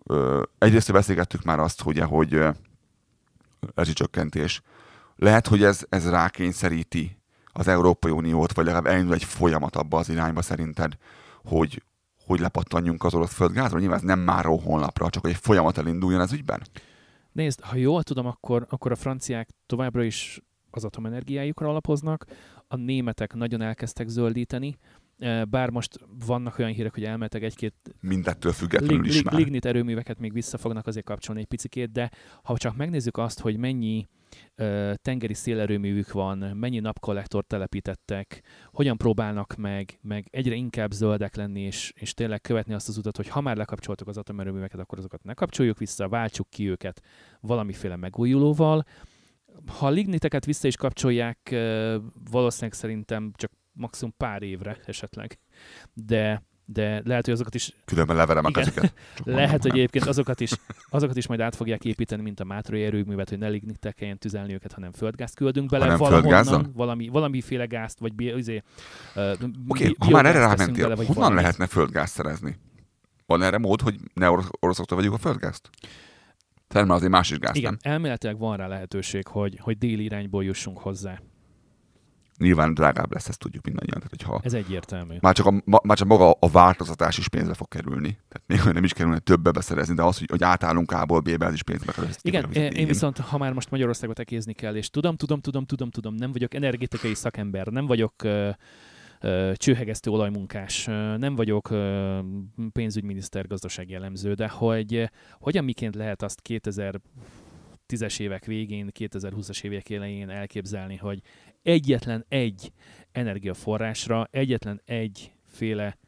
egyrészt beszélgettük már azt, ugye, hogy rezsicsökkentés. Lehet, hogy ez rákényszeríti az Európai Uniót, vagy legalább elindul egy folyamat abba az irányba szerinted, hogy lepattanjunk az orosz földgázra? Nyilván ez nem máró honlapra, csak hogy egy folyamat elinduljon ez ügyben? Nézd, ha jól tudom, akkor a franciák továbbra is az atomenergiájukra alapoznak, a németek nagyon elkezdtek zöldíteni, bár most vannak olyan hírek, hogy elméletileg egy-két mindettől függetlenül is már. lignit erőműveket még vissza fognak azért kapcsolni egy picikét, de ha csak megnézzük azt, hogy mennyi tengeri szélerőművük van, mennyi napkollektort telepítettek, hogyan próbálnak meg egyre inkább zöldek lenni, és tényleg követni azt az utat, hogy ha már lekapcsoltuk az atomerőműveket, akkor azokat ne kapcsoljuk vissza, váltsuk ki őket valamiféle megújulóval. Ha a ligniteket vissza is kapcsolják, valószínűleg szerintem csak maximum pár évre esetleg, de lehet, hogy azokat is... Különben leverem a kezüket. Lehet, hogy egyébként azokat is majd át fogják építeni, mint a Mátrai erőművet, hogy ne lignitek kelljen tüzelni őket, hanem földgázt küldünk bele valahonnan, valamiféle gázt, vagy Oké, ha már erre rámentél, honnan lehetne földgázt szerezni? Van erre mód, hogy ne oroszoktól vegyük a földgázt? Tehát már azért más is gáz, igen, nem? elméletileg van rá lehetőség, hogy déli irányból jussunk hozzá. Nyilván drágább lesz, ezt tudjuk mindannyian. Tehát, hogyha ez egyértelmű. Már csak maga a változtatás is pénzbe fog kerülni. Tehát még nem is kerülne többbe beszerezni, de az, hogy átállunk A-ból B-be, ez is pénzbe kerül. Igen, én viszont, ha már most Magyarországot ekézni kell, és tudom, nem vagyok energetikai szakember, nem vagyok csőhegesztő olajmunkás, nem vagyok pénzügyminiszter, gazdasági elemző, de hogy hogyan miként lehet azt 2010-es évek végén, 2020-as évek elején elképzelni, hogy egyetlen egy energiaforrásra, egyetlen egyféle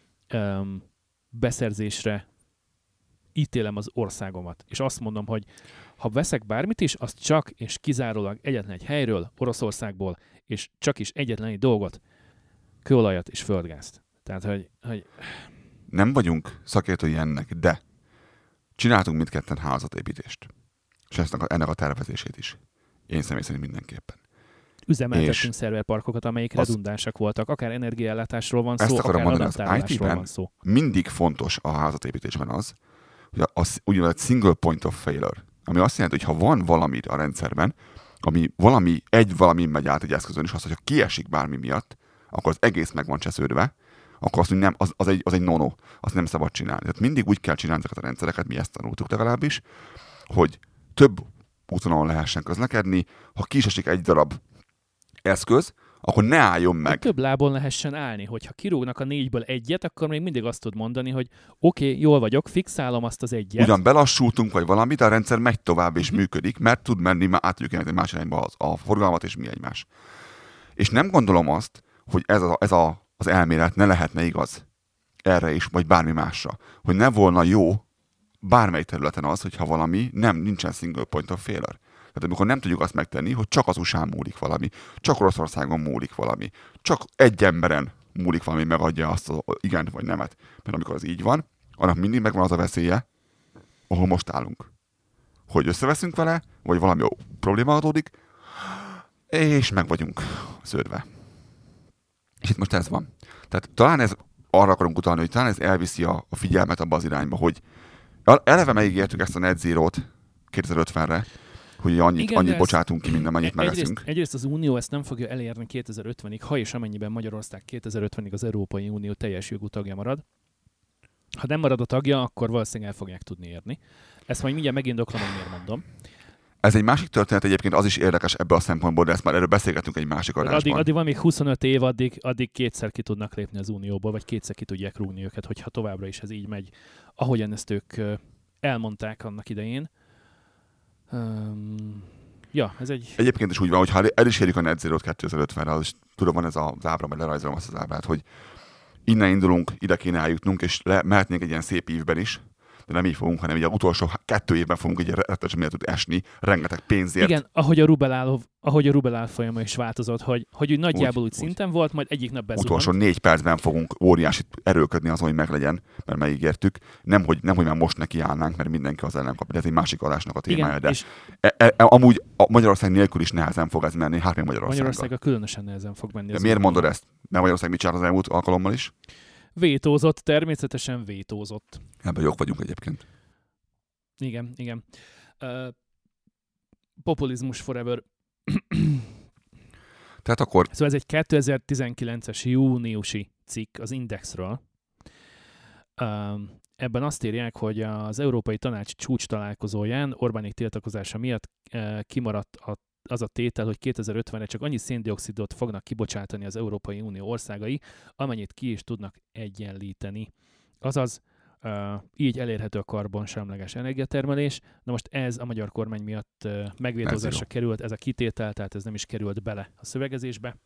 beszerzésre ítélem az országomat. És azt mondom, hogy ha veszek bármit is, azt csak és kizárólag egyetlen egy helyről, Oroszországból, és csak is egyetlen egy dolgot, kőolajat és földgázt. Tehát, hogy... Nem vagyunk szakértői ennek, de csináltunk mindketten házatépítést. És ennek a tervezését is. Én személy szerint mindenképpen. Üzemeltettünk szerverparkokat, amelyik redundánsak voltak. Akár energiaellátásról van szó, akár adattárolásról van szó. Mindig fontos a házatépítésben az, hogy az úgynevezett single point of failure, ami azt jelenti, hogy ha van valami a rendszerben, ami valami megy át egy eszközön, és az, hogyha kiesik bármi miatt, akkor az egész meg van csesződve, akkor azt, hogy nem, az egy no-no, azt nem szabad csinálni. Tehát mindig úgy kell csinálni ezeket a rendszereket, mi ezt tanultuk legalábbis, hogy több útvonalon lehessen közlekedni, ha ki is esik egy darab eszköz, akkor ne álljon meg. Több lábon lehessen állni, hogyha kirúgnak a 4-ből egyet, akkor még mindig azt tud mondani, hogy oké, jól vagyok, fixálom azt az egyet. Ugyan belassultunk, vagy valami, de a rendszer megy tovább és működik, mert tud menni, már át tudjuk egy más irányba a forgalmat és mi egymás. És nem gondolom azt, hogy ez az elmélet ne lehetne igaz erre is, vagy bármi másra. Hogy ne volna jó bármely területen az, hogyha valami nincsen single point of failure. Tehát amikor nem tudjuk azt megtenni, hogy csak az USA-n múlik valami, csak Oroszországon múlik valami, csak egy emberen múlik valami, megadja azt az igent vagy nemet. Mert amikor az így van, annak mindig megvan az a veszélye, ahol most állunk. Hogy összeveszünk vele, vagy valami probléma adódik, és meg vagyunk szőrve. És itt most ez van. Tehát talán ez arra akarunk utalni, hogy talán ez elviszi a figyelmet abba az irányba, hogy eleve megígértük ezt a net zero-t 2050-re, hogy annyit bocsátunk ki, minden annyit megeszünk. Egyrészt az Unió ezt nem fogja elérni 2050-ig, ha és amennyiben Magyarország 2050-ig az Európai Unió teljes jogú tagja marad. Ha nem marad a tagja, akkor valószínűleg el fogják tudni érni. Ezt majd mindjárt megindoklom, hogy miért mondom. Ez egy másik történet egyébként, az is érdekes ebből a szempontból, de ezt már erről beszélgetünk egy másik adásban. Addig van még 25 év, addig kétszer ki tudnak lépni az Unióból, vagy kétszer ki tudják rúgni őket, hogyha továbbra is ez így megy, ahogyan ezt ők elmondták annak idején. Ez egy... Egyébként is úgy van, hogy ha el is érjük a net zero-t 2050-re, az is tudom, van ez az ábra, majd lerajzolom azt az ábrát, hogy innen indulunk, ide kéne eljutnunk, és mehetnénk egy ilyen szép évben is, de nem így fogunk, hanem így az utolsó 2 évben fogunk egy rettenetesen mélyre tud esni, rengeteg pénzért. Igen, ahogy a rubel árfolyama is változott, hogy úgy nagyjából úgy szinten volt, majd egyik nap bezuhant. Utolsó 4 percben fogunk óriásit erőlködni azon, hogy meglegyen, mert megígértük. Nem, hogy már most nekiállnánk, mert mindenki az ellen kap, de ez egy másik adásnak a témája. Igen, de amúgy a Magyarország nélkül is nehezen fog ez menni, hát még Magyarországgal különösen nehezen fog menni. De miért mondod ezt? Nem Magyarország mit csinál az elmúlt alkalommal is? Vétózott, természetesen vétózott. Ebben jók vagyunk egyébként. Igen. Populizmus forever. Tehát akkor Szóval ez egy 2019-es júniusi cikk az Indexről. Ebben azt írják, hogy az Európai Tanács csúcs találkozóján Orbánék tiltakozása miatt kimaradt az a tétel, hogy 2050-re csak annyi széndioxidot fognak kibocsátani az Európai Unió országai, amennyit ki is tudnak egyenlíteni. Azaz, így elérhető a karbonsemleges energiatermelés. Na most ez a magyar kormány miatt megvétózásra került, ez a kitétel, tehát ez nem is került bele a szövegezésbe.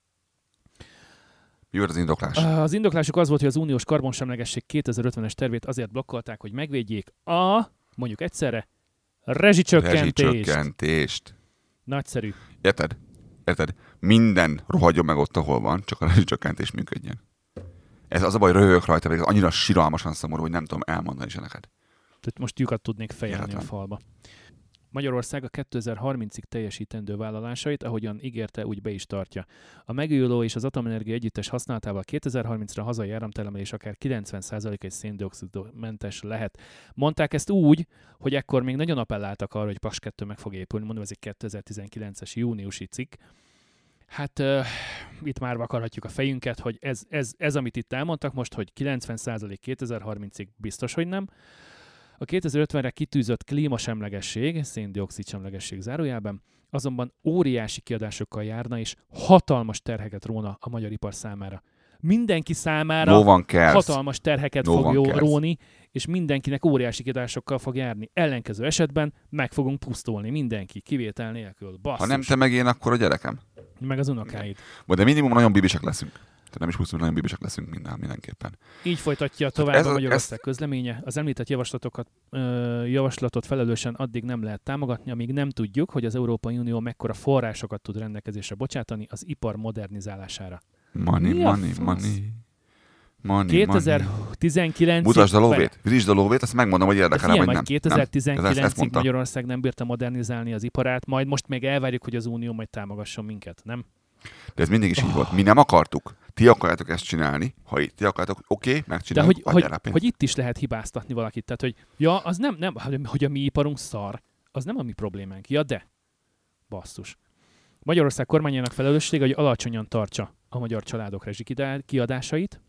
mi volt az indoklás? Az indoklásuk az volt, hogy az uniós karbonsemlegesség 2050-es tervét azért blokkolták, hogy megvédjék mondjuk egyszerre, rezsicsökkentést. Nagyszerű. Érted? Minden rohadjon meg ott, ahol van, csak a rezsicsökkentés működjön. Ez az a baj, röhögök rajta, pedig ez annyira siralmasan szomorú, hogy nem tudom elmondani se neked. Tehát most lyukat tudnék fejelni Értem. a falba. Magyarország a 2030-ig teljesítendő vállalásait, ahogyan ígérte, úgy be is tartja. A megújuló és az atomenergia együttes használatával 2030-ra hazai áramtermelés akár 90%-egy széndioxidmentes lehet. Mondták ezt úgy, hogy ekkor még nagyon appelláltak arra, hogy Paks 2 meg fog épülni, mondom, ez egy 2019-es júniusi cikk. Hát itt már vakarhatjuk a fejünket, hogy ez, amit itt elmondtak most, hogy 90% 2030-ig biztos, hogy nem. A 2050-re kitűzött klímasemlegesség, széndioxid semlegesség zárójában, azonban óriási kiadásokkal járna, és hatalmas terheket róna a magyar ipar számára. Mindenki számára hatalmas terheket fog róni, és mindenkinek óriási kiadásokkal fog járni. Ellenkező esetben meg fogunk pusztulni, mindenki, kivétel nélkül. Basszus. Ha nem te meg én, akkor a gyerekem. Meg az unokáid. De minimum nagyon bibisek leszünk. Tehát nem is pusztul, nagyon bibisek leszünk mindenképpen. Így folytatja tovább a Magyarország közleménye. Az említett javaslatot felelősen addig nem lehet támogatni, amíg nem tudjuk, hogy az Európai Unió mekkora forrásokat tud rendelkezésre bocsátani az ipar modernizálására. Money. 2019-ig... Mutasd a lóvét, virítsd a lóvét, azt megmondom, hogy érdekel, vagy nem. 2019-ig Magyarország nem bírta modernizálni az iparát, majd most még elvárjuk, hogy az Unió majd támogasson minket, nem? De ez mindig is így volt. Mi nem akartuk. Ti akarjátok ezt csinálni. Ha ti akarjátok, oké, megcsináljuk. De hogy itt is lehet hibáztatni valakit. Tehát, hogy az nem, hogy a mi iparunk szar, az nem a mi problémánk. Ja, de. Basszus. Magyarország kormányának felelőssége, hogy alacsonyan tartsa a magyar családok rezsikiadásait.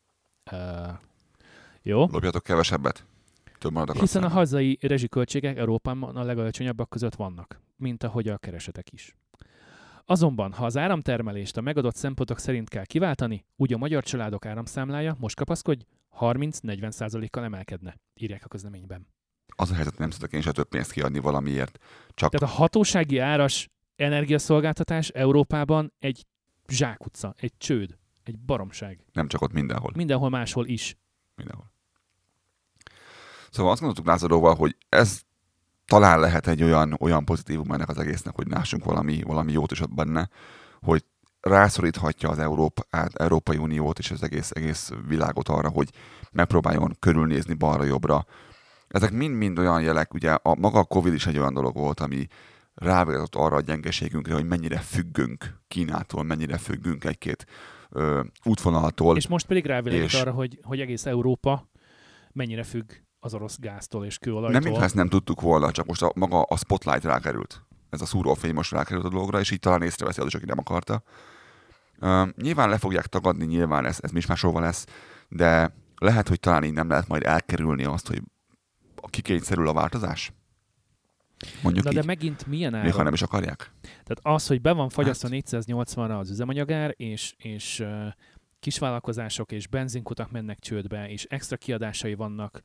Jó. Lopjatok kevesebbet. Több marad Hiszen a hazai rezsiköltségek Európában a legalacsonyabbak között vannak, mint ahogy a keresetek is. Azonban, ha az áramtermelést a megadott szempontok szerint kell kiváltani, úgy a magyar családok áramszámlája, most kapaszkodj, 30-40%-kal emelkedne, írják a közleményben. Az a helyzet, nem tudok én se több pénzt kiadni valamiért. Csak... Tehát a hatósági áras energiaszolgáltatás Európában egy zsákutca, egy csőd, egy baromság. Nem csak ott, mindenhol. Mindenhol máshol is. Mindenhol. Szóval azt gondoltuk Lázaróval, hogy ez talán lehet egy olyan pozitívum ennek az egésznek, hogy lássunk valami jót is ott benne, hogy rászoríthatja az Európai Uniót és az egész világot arra, hogy megpróbáljon körülnézni balra-jobbra. Ezek mind-mind olyan jelek, ugye maga a Covid is egy olyan dolog volt, ami rávilágított arra a gyengeségünkre, hogy mennyire függünk Kínától, mennyire függünk egy-két útvonaltól. És most pedig rávilágít arra, hogy egész Európa mennyire függ az orosz gáztól és kőolajtól. Nem, mintha ezt nem tudtuk volna, csak most maga a spotlight rákerült. Ez a szúrófény most rákerült a dolgra, és így talán észreveszi az is, aki nem akarta. Nyilván le fogják tagadni, nyilván ez mismásolva lesz, de lehet, hogy talán így nem lehet majd elkerülni azt, hogy kikényszerül a változás. Mondjuk na így. de megint milyen áron? Még ha nem is akarják. Tehát az, hogy be van fagyasztva 480-ra az üzemanyagár, és kisvállalkozások és benzinkutak mennek csődbe, és extra kiadásai vannak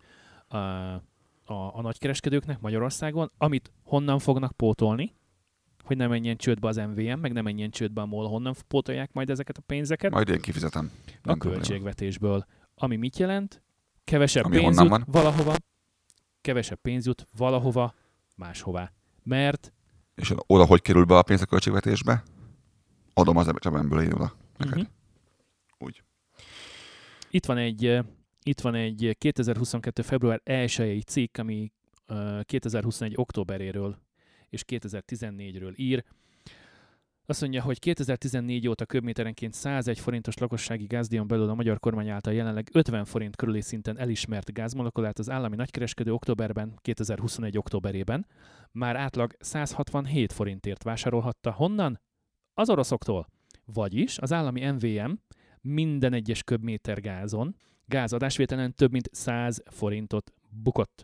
a nagykereskedőknek Magyarországon, amit honnan fognak pótolni, hogy nem menjen csődbe az MVM, meg nem menjen csődbe a MOL, honnan pótolják majd ezeket a pénzeket? Majd én kifizetem. A költségvetésből. Ami mit jelent? Kevesebb pénz jut valahova máshová. Mert... És oda hogy kerül be a pénz a költségvetésbe? Adom az zsebemből én oda. Neked. Úgy. Itt van egy 2022. február 1-i cikk, ami 2021. októberéről és 2014-ről ír. Azt mondja, hogy 2014 óta köbméterenként 101 forintos lakossági gázdíjon belül a magyar kormány által jelenleg 50 forint körüli szinten elismert gázmolekulát az állami nagykereskedő októberben, 2021 októberében már átlag 167 forintért vásárolhatta. Honnan? Az oroszoktól. Vagyis az állami MVM minden egyes köbméter gázon, gázadásvételen több mint 100 forintot bukott.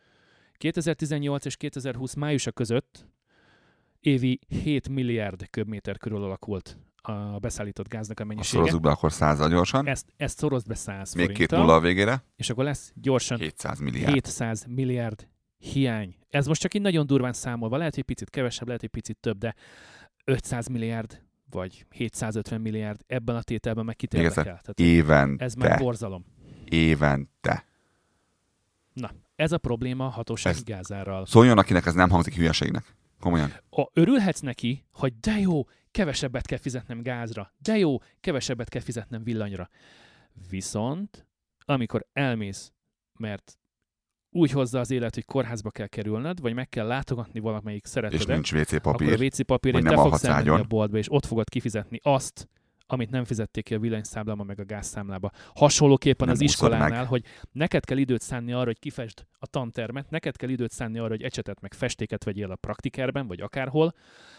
2018 és 2020 májusa között évi 7 milliárd köbméter körül alakult a beszállított gáznak a mennyisége. Szorozzuk be akkor 100-al gyorsan. Ezt szorozd be 100 Még forinttal. 2 nulla a végére. És akkor lesz gyorsan 700 milliárd. 700 milliárd hiány. Ez most csak így nagyon durván számolva. Lehet, hogy picit kevesebb, lehet, hogy picit több, de 500 milliárd vagy 750 milliárd ebben a tételben meg kit érdekel. Tehát Évente. ez már borzalom. Évente. Na, ez a probléma a hatósági gázárral. Szóljon, akinek ez nem hangzik hülyeségnek. Komolyan. Örülhetsz neki, hogy de jó, kevesebbet kell fizetnem gázra, de jó, kevesebbet kell fizetnem villanyra. Viszont, amikor elmész, mert úgy hozza az élet, hogy kórházba kell kerülned, vagy meg kell látogatni valamelyik szeretedet, És nincs WC akkor papír. a WC papírért nem te fogsz alhatsz elmenni ágyon. a boltba, és ott fogod kifizetni azt, amit nem fizették ki a villanyszámlába, meg a gázszámlába. Hasonlóképpen Nem az úszod iskolánál, meg. hogy neked kell időt szánni arra, hogy kifesd a tantermet, neked kell időt szánni arra, hogy ecsetet meg festéket vegyél a praktikerben, vagy akárhol,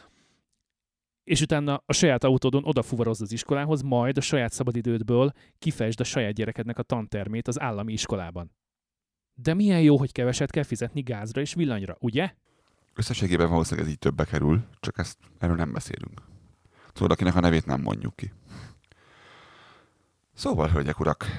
és utána a saját autódon odafuvarozz az iskolához, majd a saját szabadidődből kifesd a saját gyerekednek a tantermét az állami iskolában. De milyen jó, hogy keveset kell fizetni gázra és villanyra, ugye? Összességében valószínűleg ez így többe kerül, csak erről nem beszélünk. Tudod, akinek a nevét nem mondjuk ki. Szóval, hölgyek, urak,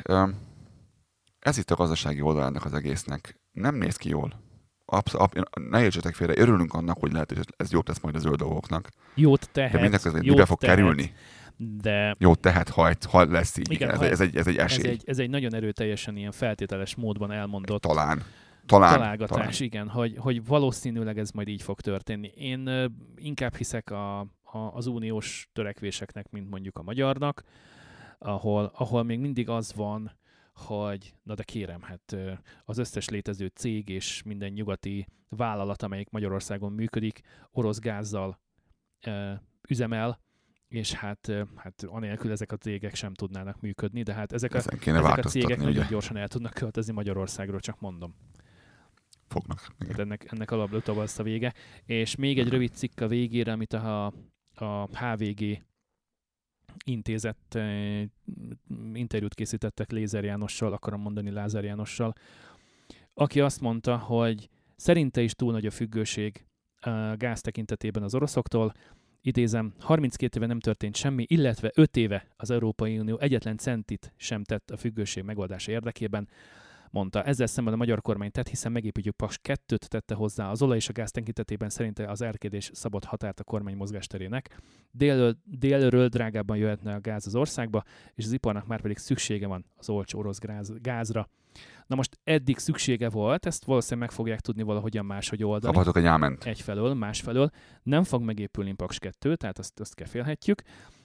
ez itt a gazdasági oldalának az egésznek. Nem néz ki jól. Ne értsetek félre, örülünk annak, hogy lehet, hogy ez jót tesz majd a zöld dolgoknak. Jót tehet. De mindeközben jót mibe fog tehet, kerülni? De Jót tehet, ha lesz így. igen, Ez egy esély. ez egy nagyon erőteljesen ilyen feltételes módban elmondott Talán. találgatás, igen, hogy valószínűleg ez majd így fog történni. Én inkább hiszek az uniós törekvéseknek, mint mondjuk a magyarnak, ahol még mindig az van, hogy na de kérem, hát az összes létező cég és minden nyugati vállalat, amelyik Magyarországon működik, orosz gázzal üzemel, és hát anélkül ezek a cégek sem tudnának működni, de hát ezek a cégek nagyon ugye? gyorsan el tudnak költözni Magyarországról, csak mondom. Fognak. Hát ennek alapvetően lesz a vége. És még egy rövid cikk a végére, amit a HVG intézett, interjút készítettek Lézer Jánossal, akarom mondani Lázár Jánossal, aki azt mondta, hogy szerinte is túl nagy a függőség a gáz tekintetében az oroszoktól. Idézem, 32 éve nem történt semmi, illetve 5 éve az Európai Unió egyetlen centit sem tett a függőség megoldása érdekében, mondta. Ezzel szemben a magyar kormány tett, hiszen megépítjük Paks 2-t tette hozzá az olaj és a gáz tekintetében szerinte az erkédés szabott határt a kormány mozgásterének. Délről drágábban jöhetne a gáz az országba, és az iparnak már pedig szüksége van az olcsó orosz gázra. Na most eddig szüksége volt, ezt valószínűleg meg fogják tudni valahogyan máshogy oldani. Kaphatok egy áment. Egyfelől, másfelől. Nem fog megépülni Paks 2, tehát azt kefélhetjük.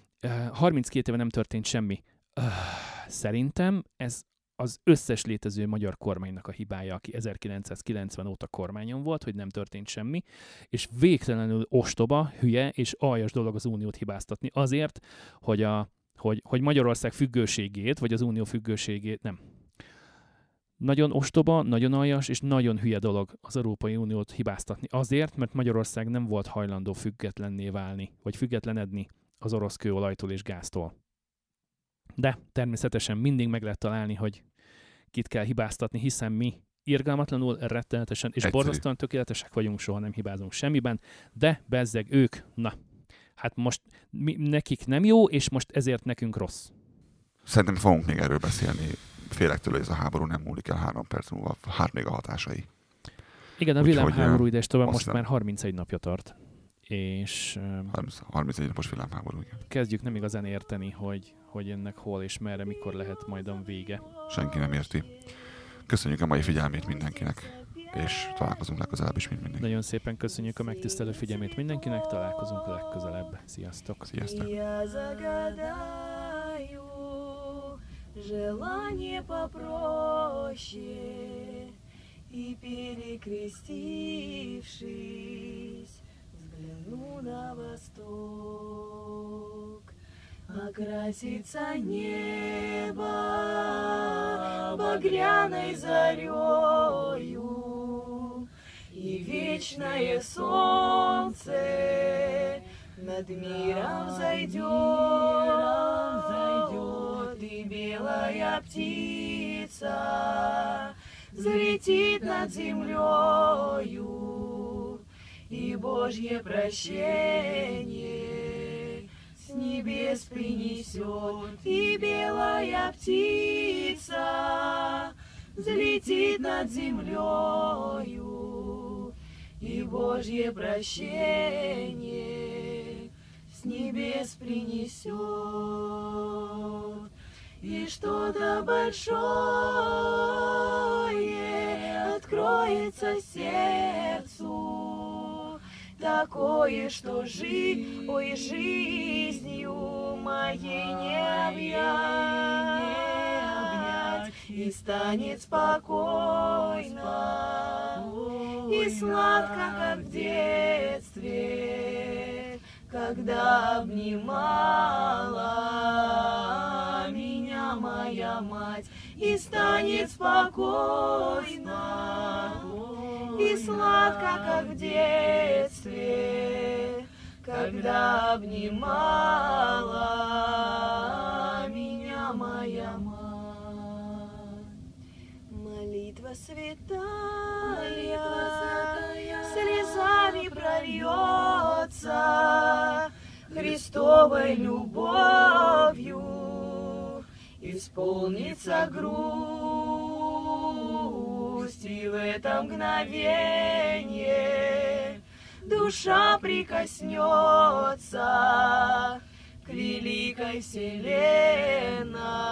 32 éve nem történt semmi. Szerintem ez az összes létező magyar kormánynak a hibája, aki 1990 óta kormányon volt, hogy nem történt semmi, és végtelenül ostoba, hülye és aljas dolog az uniót hibáztatni azért, hogy Magyarország függőségét, vagy az unió függőségét, nem. Nagyon ostoba, nagyon aljas és nagyon hülye dolog az Európai Uniót hibáztatni azért, mert Magyarország nem volt hajlandó függetlenné válni, vagy függetlenedni az orosz kőolajtól és gáztól. De természetesen mindig meg lehet találni, hogy kit kell hibáztatni, hiszen mi irgalmatlanul, rettenetesen és borzasztóan tökéletesek vagyunk, soha nem hibázunk semmiben, de bezzeg ők, na, hát most nekik nem jó, és most ezért nekünk rossz. Szerintem fogunk még erről beszélni. Félek tőle, hogy ez a háború nem múlik el 3 perc múlva, hát még a hatásai. Igen, a világháború ide és tovább most nem. már 31 napja tart. És 31 napos világháború, igen. Kezdjük nem igazán érteni, hogy ennek hol és merre, mikor lehet majd a vége. Senki nem érti. Köszönjük a mai figyelmét mindenkinek, és találkozunk legközelebb is, mint mindig. Nagyon szépen köszönjük a megtisztelő figyelmét mindenkinek, találkozunk legközelebb. Sziasztok! Sziasztok! Желание попроще, и перекрестившись, взгляну на восток. окрасится небо багряной зарею, и вечное солнце над миром зайдет, и белая птица взлетит над землею, и Божье прощение с небес принесет, и белая птица взлетит над землею, и Божье прощение с небес принесет, и что-то большое откроется сердцу, такое, что жизнью моей не объять, и станет спокойно и сладко, как в детстве, когда обнимала меня моя мать, и станет спокойно и сладко, как в детстве, когда обнимала меня моя мать. Молитва святая слезами прольется, Христовой любовью исполнится грусть, и в это мгновение душа прикоснется к великой вселенной.